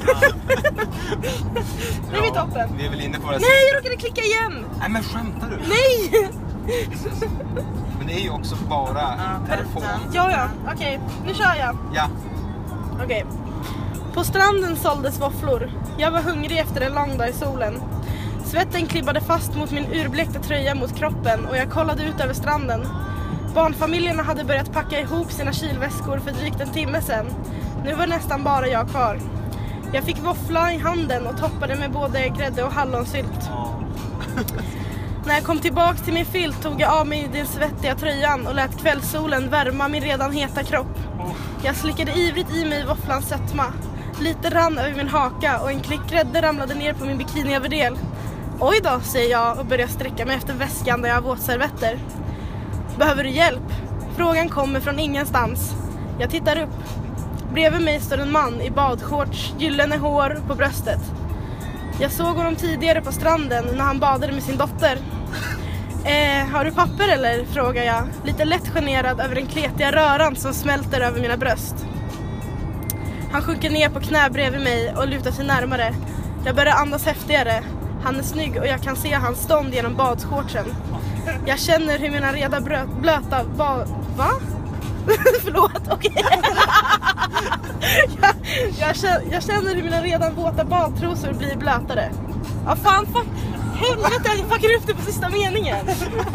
Det blir toppen. Vi är väl inne på det. Nej, jag råkade klicka igen. Nej, men skämtar du? Nej! Men det är ju också bara telefon. Ja. Okej, nu kör jag. Ja. Okej. På stranden såldes våfflor. Jag var hungrig efter en lång dag i solen. Svetten klibbade fast mot min urblekta tröja mot kroppen och jag kollade ut över stranden. Barnfamiljerna hade börjat packa ihop sina kylväskor för drygt en timme sedan. Nu var nästan bara jag kvar. Jag fick våffla i handen och toppade med både grädde och hallonsylt. När jag kom tillbaks till min filt tog jag av mig den svettiga tröjan och lät kvällssolen värma min redan heta kropp. Jag slickade ivrigt i mig våfflans sötma. Lite rann över min haka och en klick grädde ramlade ner på min bikiniöverdel. Oj då, säger jag och börjar sträcka mig efter väskan där jag har våtservetter. Behöver du hjälp? Frågan kommer från ingenstans. Jag tittar upp. Bredvid mig står en man i badshorts, gyllene hår på bröstet. Jag såg honom tidigare på stranden när han badade med sin dotter. Har du papper eller? Frågar jag, lite lätt generad över den kletiga röran som smälter över mina bröst. Han sjunker ner på knä bredvid mig och lutar sig närmare. Jag börjar andas häftigare. Han är snygg och jag kan se hans stånd genom badshortsen. Jag känner hur mina redan blöta Va? Förlåt, okej. jag känner hur mina redan våta badtrosor blir blötare. Ja, fan, helvete, jag fuckar upp det på sista meningen.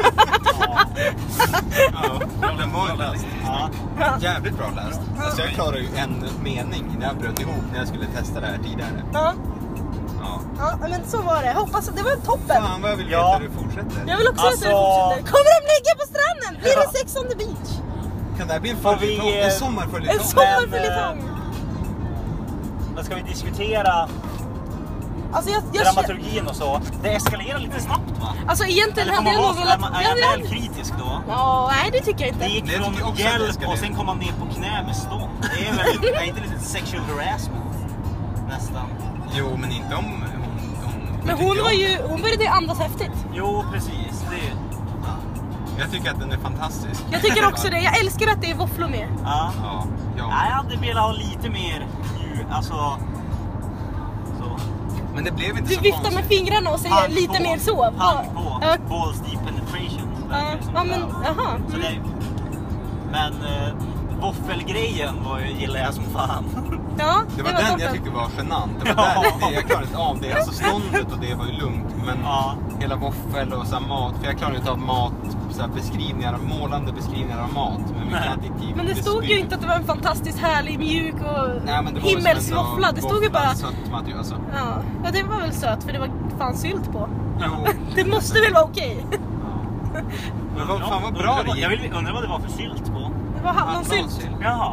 Den var läst. Jävligt bra läst. Alltså jag klarade ju en mening när jag bröt ihop när jag skulle testa det här tidigare. Ja, men så var det. Hoppas att det var toppen. Fan vad jag vill veta hur du fortsätter. Jag vill också veta hur du fortsätter. Kommer de ligga på stranden? Blir det sex on the beach? Kan det här bli en följetong? En sommarföljetong? En sommarföljetong. Men ska vi diskutera alltså dramaturgin och så? Det eskalerar lite snabbt, va? Alltså egentligen hade jag nog velat... Är jag väl kritisk då? Ja, nej det tycker jag inte. Det gick från hjälp och sen kom man ner på knä med stånd. Det är väl inte lite sexual harassment? Nästan. Jo, men inte om... Men hon började andas häftigt. Jo, precis. Jag tycker att den är fantastisk. Jag tycker också det. Jag älskar att det är våfflor med. Ja. Jag hade velat ha lite mer ljud. Alltså... Så. Men det blev inte du så viftar konstigt. med fingrarna och säger lite mer så. Hand på. Balls deep penetration. Ja, men jaha. Så det, men våffelgrejen gillar jag som fan. Ja, det var den toppen. Jag tyckte var genant. Det var där, jag klarade inte av det. Alltså ståndet och det var ju lugnt. Men hela våffel och så här mat. För jag klarade inte av mat, så här beskrivningar, målande beskrivningar av mat. Men det stod ju inte att det var en fantastiskt härlig, mjuk och himmelsvåffla. Det stod ju bara... Alltså. Ja, det var väl sött för det var fan sylt på. Det måste väl vara okej. Men vad fan var bra det. Jag undrar vad det var för sylt på. Det var hallonsylt. Jaha.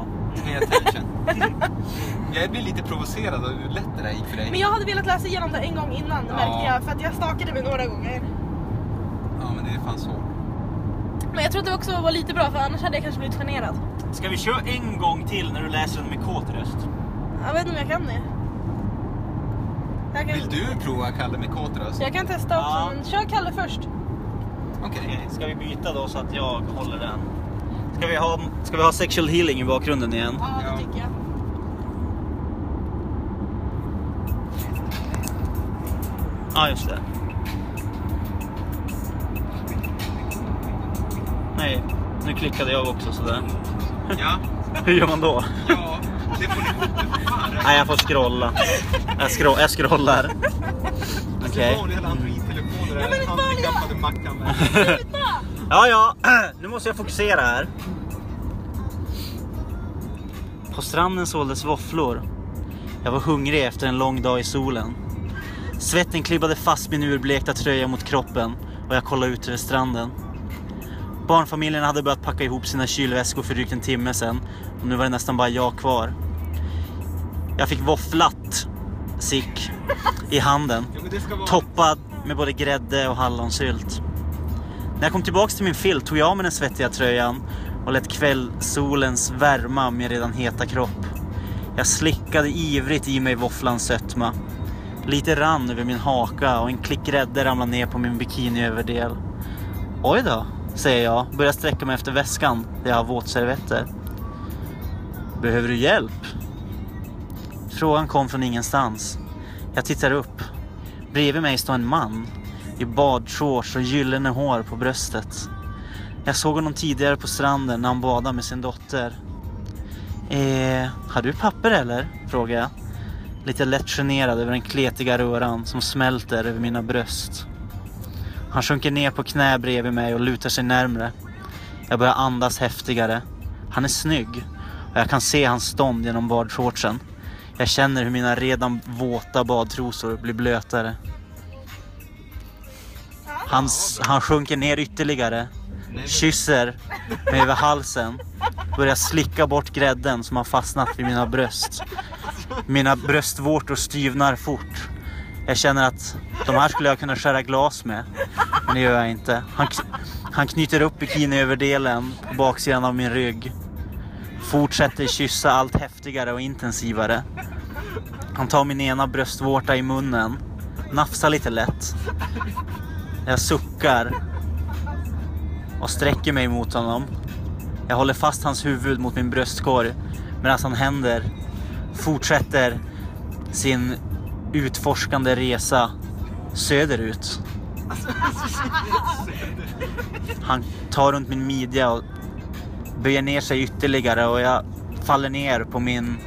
Jag blir lite provocerad av hur lätt det där gick för dig. Men jag hade velat läsa igenom det en gång innan, märkte jag. För att jag stakade mig några gånger. Ja, men det är fan så. Men jag tror att det också var lite bra, för annars hade jag kanske blivit generad. Ska vi köra en gång till när du läser den med kåt röst? Jag vet inte om jag kan det. Vill du prova Kalle med kåt röst? Jag kan testa också, men kör Kalle först. Okej. Ska vi byta då så att jag håller den? Ska vi ha sexual healing i bakgrunden igen? Ja, det tycker jag. Ja, just det. Nej, nu klickade jag också sådär. Ja. Hur gör man då? Ja, det får ni fan. Nej, jag får scrolla. Jag scrollar. Okej. Ja, nu måste jag fokusera här. På stranden såldes våfflor. Jag var hungrig efter en lång dag i solen. Svetten klibbade fast min urblekta tröja mot kroppen och jag kollade ut över stranden. Barnfamiljen hade börjat packa ihop sina kylväskor för drygt en timme sedan och nu var det nästan bara jag kvar. Jag fick våfflat sick i handen, toppad med både grädde och hallonsylt. När jag kom tillbaks till min filt tog jag av mig den svettiga tröjan och lät kvällsolens värma min redan heta kropp. Jag slickade ivrigt i mig våfflans sötma. Lite rann över min haka och en klick grädde ramlade ner på min bikiniöverdel. Oj då, säger jag, börjar sträcka mig efter väskan där jag har våtservetter. Behöver du hjälp? Frågan kom från ingenstans. Jag tittar upp. Bredvid mig står en man i badshorts och gyllene hår på bröstet. Jag såg honom tidigare på stranden när han badade med sin dotter. Har du papper eller? Frågar jag. Lite lätt generad över den kletiga röran som smälter över mina bröst. Han sjunker ner på knä bredvid mig och lutar sig närmre. Jag börjar andas häftigare. Han är snygg och jag kan se hans stånd genom badshortsen. Jag känner hur mina redan våta badtrosor blir blötare. Han sjunker ner ytterligare, kysser mig över halsen, börjar slicka bort grädden som har fastnat vid mina bröst. Mina bröstvårtor styvnar fort. Jag känner att de här skulle jag kunna skära glas med, men det gör jag inte. Han knyter upp bikiniöverdelen på baksidan av min rygg. Fortsätter kyssa allt häftigare och intensivare. Han tar min ena bröstvårta i munnen, nafsar lite lätt. Jag suckar och sträcker mig mot honom. Jag håller fast hans huvud mot min bröstkorg medan han händer fortsätter sin utforskande resa söderut. Han tar runt min midja och böjer ner sig ytterligare och jag faller ner på min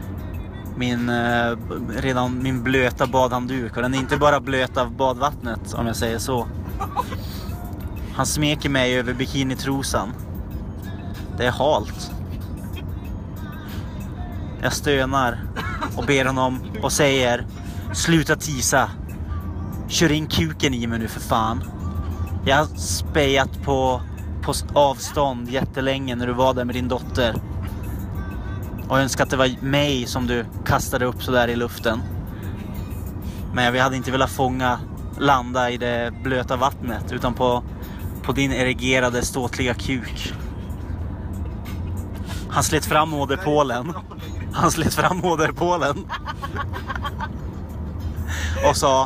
blöta badhandduk. Och den är inte bara blöt av badvattnet, om jag säger så. Han smeker mig över bikinitrosan. Det är halt. Jag stönar och ber honom och säger: sluta tisa. Kör in kuken i mig nu för fan. Jag har spejat på avstånd jättelänge när du var där med din dotter. Och önskar att det var mig som du kastade upp så där i luften. Men vi hade inte velat landa i det blöta vattnet utan på din erigerade ståtliga kuk. Han slet fram moderpålen. Och sa: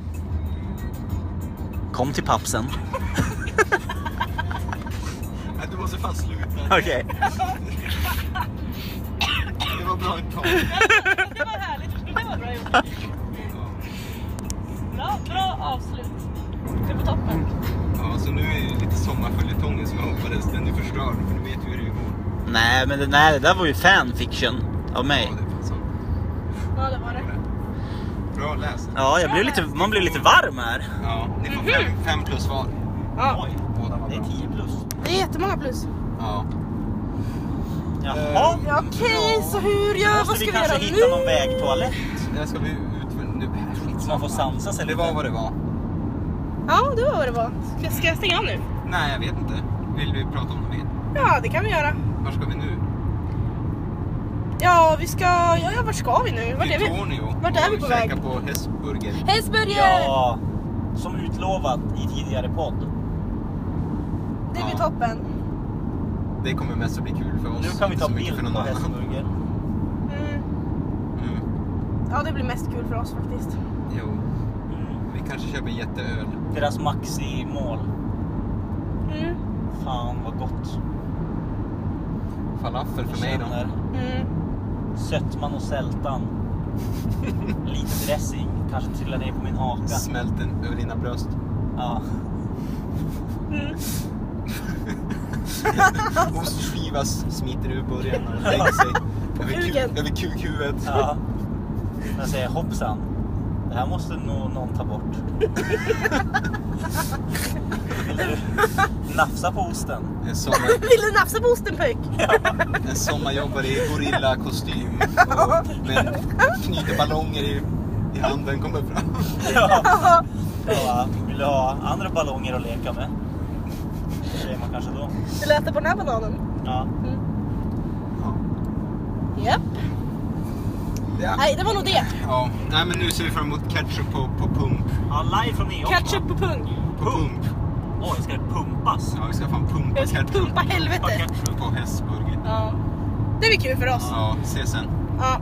kom till pappsen. Du måste fan sluta. Okej. Det var bra ett tag. Det var härligt. Det var bra gjort. Bra avslut. Det är på toppen. Ja, så nu är det lite sommarföljetongen som jag hoppades. Den är förstörd, för du vet ju hur det går. Nej, men det där var ju fanfiction av mig. Ja, det är fan så. Ja, det var det. Bra läst. Ja, man blir lite varm här. Ja, ni får 5 plus var. Ja. Båda var Det är bra. 10 plus. Det är jättemånga plus. Ja. Jaha. Ja, okej, så vad ska vi göra kanske nu? hitta någon vägtoalett Jag ska vi ut nu. så man får sansa sig Det lite. var vad det var. Ja, det var vad det var. Ska jag stänga av nu? Nej, jag vet inte. Vill vi prata om något mer? Ja, det kan vi göra. Var ska vi nu? Ja, vart ska vi nu? Vart är vi? Tornio. Vart är vi på väg? Käka på Hästburger. Hästburger! Ja, som utlovat i tidigare podd. Det blir toppen. Det kommer mest att bli kul för oss. Nu kan vi ta så mycket bild för på någon annan. Hästburger. Mm. Ja, det blir mest kul för oss faktiskt. Jo. Vi kanske köper jätteöl. Deras maxi-mål. Mm. Fan vad gott. Falafel för mig då. Känner Mm. sötman och sältan. Lite dressing. Kanske trillar ner på min haka. Smälten över dina bröst. Ja. Ostskivas smiter ur början och lägger sig över kukhuvudet. Ja. Jag säger hoppsan. Det här måste nog någon ta bort. Vill du nafsa på osten? Vill du nafsa på osten, pöjk? En sommarjobbare i gorilla-kostym och med knyter ballonger i handen kommer fram. Ja. Vill du ha andra ballonger att leka med? Det säger man kanske då. Du läste på den här bananen? Ja. Japp. Ja. Nej, det var nog det. Ja. Nej, men nu ser vi fram emot ketchup på pump. Ja, live från Neon. Ketchup på pung. På pump. Oj, ska det pumpas? Ja, vi ska fan pumpa Jag ska ketchup. pumpa helvete. Ketchup på Hästburger. Ja. Det blir kul för oss. Ja, ses sen. Ja.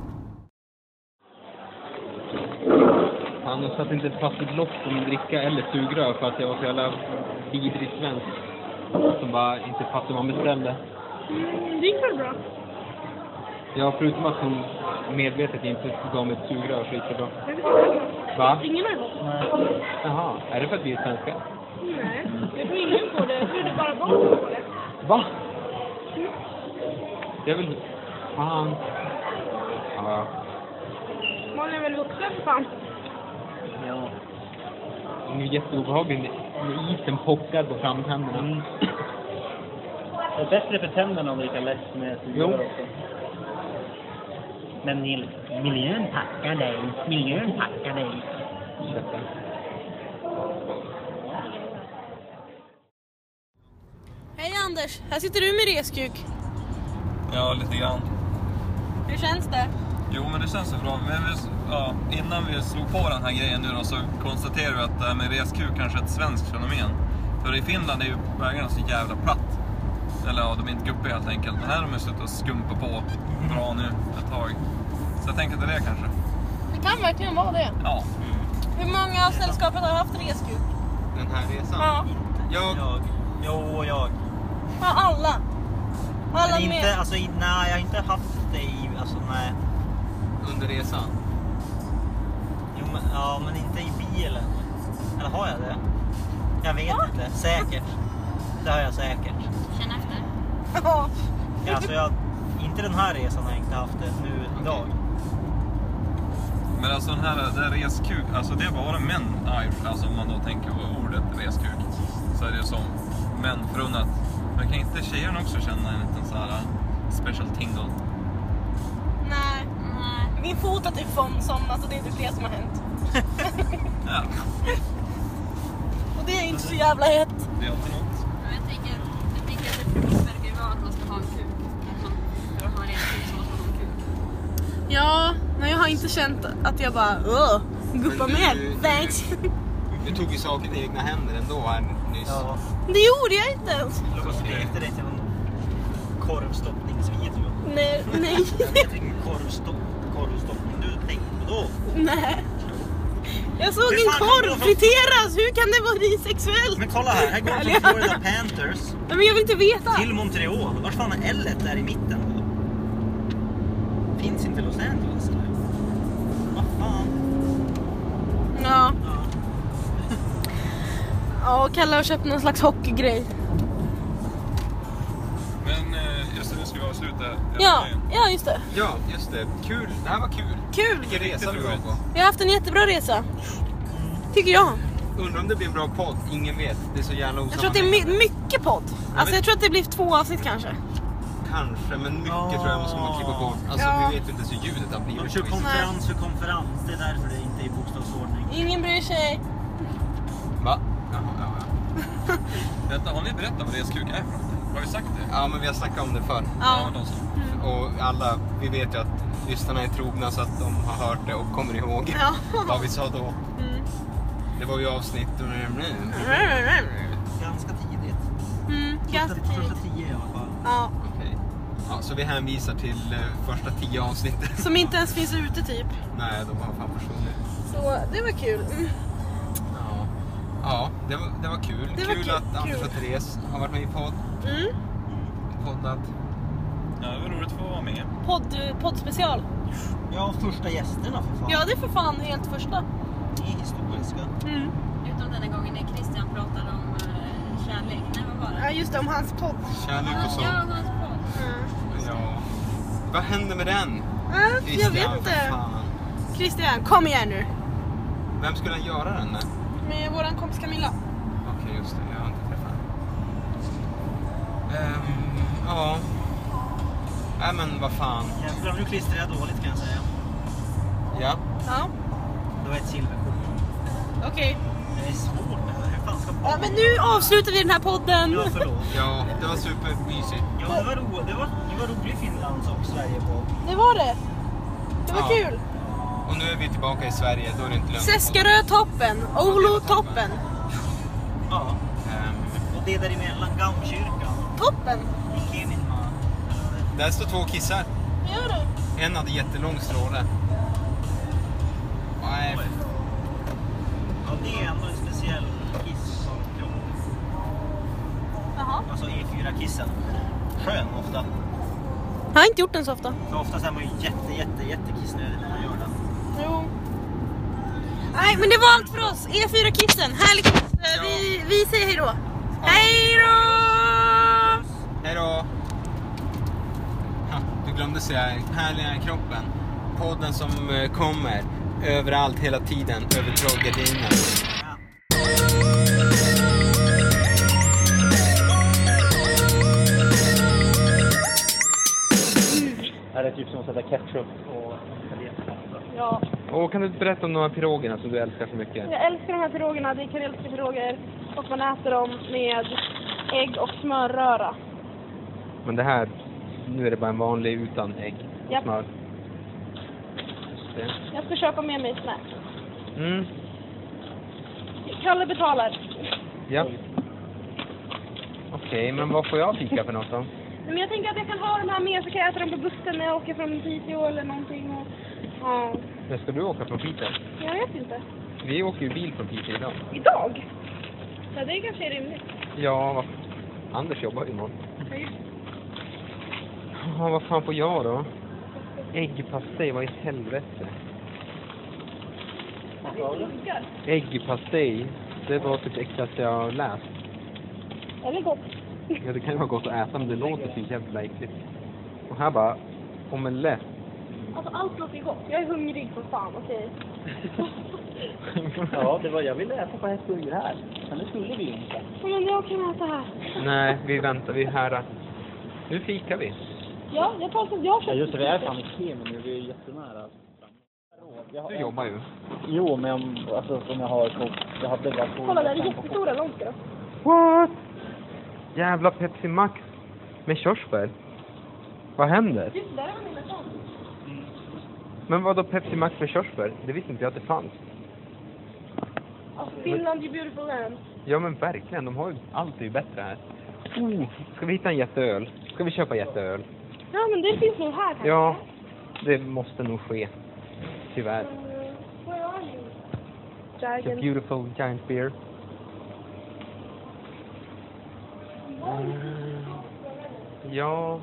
Han satte inte fast ett lock på min dricka eller sugrör för att jag var så jävla vidrig svensk. Som bara inte fattade vad man beställde. Det gick väl bra. Ja, förutom att hon medvetet inte gav mig ett sugrör så gick det bra. Jag vet inte. Va? Ingen har fått. Jaha, är det för att vi är svenska? Nej, jag tror ingen får det. Jag tror det är bara barn som får det. Va? Jag vill... Fan. Ja. Man är väl vuxen för fan. Ja. Det är jätteobehagligt när isen pockar på framtänderna. Det är bättre för tänderna om vi kan lätt med sugrör också. Men miljön tackar dig. Miljön tackar dig. Hej Anders, här sitter du med reskuk. Ja, lite grann. Hur känns det? Jo, men det känns så bra. Men innan vi slog på den här grejen nu då, så konstaterar vi att det här med reskuk kanske är ett svenskt fenomen. För i Finland är ju vägarna så jävla platt. Eller ja, de är inte guppiga helt enkelt. Men här har de suttit och skumpat på och dra nu ett tag. Så jag tänker att det är det kanske. Det kan verkligen vara det. Ja. Hur många av sällskapet har haft reskuk? Den här resan. Ja. Jo, jag. Ja, alla. Alla Men inte, med. alltså, nej, jag har inte haft det i, alltså nej. Under resan. Jo, men, ja, men inte i bilen. Eller har jag det? Jag vet inte, säkert. Det har jag säkert. Känn efter. Ja. Ja, alltså inte den här resan har jag inte haft det nu idag. Men alltså den här reskuk, alltså det är bara män Irish, alltså om man då tänker på ordet reskuk. Så är det som män förunnat. Men kan inte tjejerna också känna en liten så här special tingle? Nej. Min fot har typ somnat och det är typ det som har hänt. Ja, Och det är inte så jävla hett. det är alltid något. Men jag tänker att det verkar ju vara att man ska ha en kuk. Att man för att ha en reskuk så måste man ha en kuk. Ja, men jag har inte känt att jag bara guppa Men med. du- Thanks. Du tog ju saken i egna händer ändå här nyss. Ja, Det gjorde jag inte ens. låt oss efter dig till en korvstoppningsvideo. Nej. Jag vet vilken korvstoppning du tänkte på då. Nej. Jag såg Hur en fan kan korv du få- friteras. Hur kan det vara sexuellt? Men kolla här går det från Florida Panthers Men jag vill inte veta. till Montreal. Vart fan är L-et där i mitten då? Finns inte Los Angeles eller? Vad fan? Ja. Ja. Ja, och Kalle har köpt någon slags hockeygrej. Men just det, nu ska vi avsluta. Ja, just det. Ja, just det. Kul. Det här var kul. Kul. Vilken resa vi var på. Jag har haft en jättebra resa. Tycker jag. Undrar om det blir en bra podd. Ingen vet. Det är så jävla Jag tror att det är mycket podd. Alltså jag tror att det blir 2 avsnitt kanske. Kanske, men mycket tror jag måste man klippa bort. Alltså Ja. vi vet ju inte så ljudet har De blivit. kör konferens för konferens. Det är därför det inte är i bokstavsordning. Ingen bryr sig. Va? Ja. Vänta, har ni berättat vad reskuk är för något? Har vi sagt det? Ja, men vi har snackat om det förr. Ja. Då så. Och alla, vi vet ju att lyssnarna är trogna så att de har hört det och kommer ihåg Ja. vad vi sa då. Mm. Det var ju avsnitt Ganska tidigt. Ganska Första tidigt. 10 i alla fall. Ja. Okej. Ja, så vi hänvisar till första 10 avsnittet. Som inte ens finns ute typ. Nej, de har fan försvunnit. Så det var kul. Ja, det var kul. Det var kul kul. att Anders och Therese har varit med i poddat. Ja, det var roligt att få vara med. Poddspecial. Ja, första gästerna för fan. Ja, det är för fan helt första. Det är historiska. Utom den här gången när Christian pratade om kärlek. Nej, vad var Ja, det? just det, om hans podd. Kärlek och så. Ja, hans podd. Ja. Vad hände med den? Jag vet för inte. fan. Christian, kom igen nu. Vem skulle han göra den med? Med våran kompis Camilla. Okej, just det. Jag har inte träffat henne. Ja. Nej, men vad fan. Jävlar, nu klistrar jag dåligt kan jag säga. Ja. Ja, Det var ett silverkort. okej. Det är svårt det här. Hur fan ska Ja, men nu avslutar vi den här podden. Ja, förlåt. Ja, det var supermysigt. Ja, det var roligt Finlands och Sverige på. Det var det. Det var Ja. kul. Och nu är vi tillbaka i Sverige. Då är det inte lönt. Seskarö-toppen. Olo-toppen. Ja. Ehm, Och det däremellan, Gaumkyrkan. Toppen. I Kevinma. där står 2 kissar. Gör det. En hade jättelång stråle. Nej. Ja, det är ändå en speciell kiss av kropp. Jaha. Alltså E4-kissen. Skön ofta. Jag har inte gjort den så ofta. För oftast är man ju jättekissnödig när man gör den. Jo. Nej, men det var allt för oss. E4-kissen. Härlig kiss. Vi säger hej då. Hej då! Hej då! Ja, du glömde säga härliga kroppen. Podden som kommer överallt hela tiden över trollgardinen. Ja. Det här är typ som att sätta ketchup och italienska. Ja, Och kan du berätta om de här pirogerna som du älskar så mycket? jag älskar de här pirogerna. Det är karelska piroger. Och man äter dem med ägg och smörröra. Men det här, nu är det bara en vanlig utan ägg och Japp. smör. Just det. Jag ska köpa med mig snack. Mm, Kalle betalar. ja. Okej, men vad får jag fika för något då? Men jag tänker att jag kan ha de här med så kan jag äta dem på bussen när jag åker från Piteå eller någonting. Och, ja, När ska du åka från Piteå? jag vet inte. Vi åker ju bil från Piteå idag. Idag? Ja, det är ganska rimligt. Ja, Anders jobbar imorgon. Ja, vad fan får jag då? Äggpastej, vad i helvete? Äggpastej, det var typ äckligt jag har läst. Eller gott. Ja, det kan ju vara gott att äta, men det låter så jävla äckligt. Och här bara, omelett. Alltså allt låter gott. Jag är hungrig för fan, okej. Ja, det var, jag ville äta på hästhunger här. Men det skulle vi ju inte. Men jag kan äta här. Nej, vi väntar, vi är här. Nu fikar vi. Ja, jag tar som jag Ja, köper. just det, vi är fan i Kemi nu, vi är jättenära. Du jobbar ju. Jo, men alltså som jag har jag hade bara Kolla, där är jättestora långor. What? Jävla Pepsi Max med körsbär. Vad händer? Just där är mina sån. Men vad då Pepsi Max med körsbär? Det visste inte jag att det fanns. Alltså, Finland är beautiful land. Ja men verkligen, de har ju alltid bättre här. Ska vi hitta en jätteöl? Ska vi köpa jätteöl? Ja, men det finns nog här kanske. Ja, det måste nog ske. Tyvärr. Where are you? The Giant. beautiful giant beer. Ja.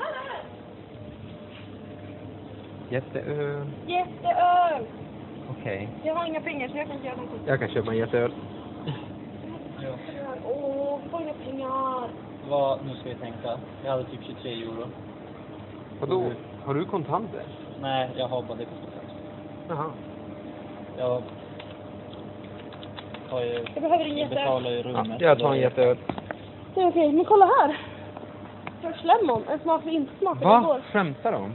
Jätteöl. Jätteöl! Okej. Jag har inga pengar så jag kan inte göra någonting. Jag kan köpa en jätteöl. Åh, vi får inga pengar. Nu ska vi tänka. Jag hade typ 23 euro. Vadå? Har du kontanter? Nej, jag har bara det på stället. Jaha. Jag har ju... Jag behöver en Jag jätteöl. betalar ju Ja, rummet. jag tar en jätteöl. Det är okej, men kolla här. Fresh lemon, en smak vi inte smakade Va? igår. Skämtar de?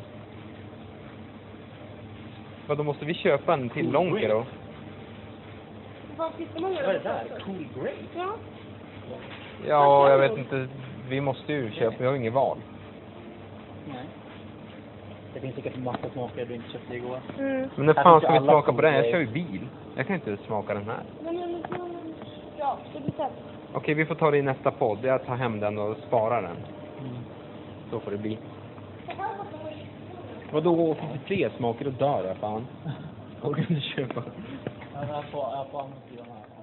Vad då måste vi köpa en till Lonka då? Vad finns det många? Vad är det där? Cool Grape? Ja. Ja, jag vet inte. Vi måste ju köpa, vi har inget val. Nej. Det finns säkert en massa smaker du inte köpte igår. Mm. Men när Här fan finns ska ju vi alla smaka på det? Jag Cool kör ju bil. Jag kan inte smaka den här. Men, ja, det blir sen. Okej, vi får ta det i nästa podd. Jag tar hem den och sparar den. Så får det bli. Vadå? Finns det fler smaker? Då dör jag fan. Och kan du köpa? Jag får andra sidan här.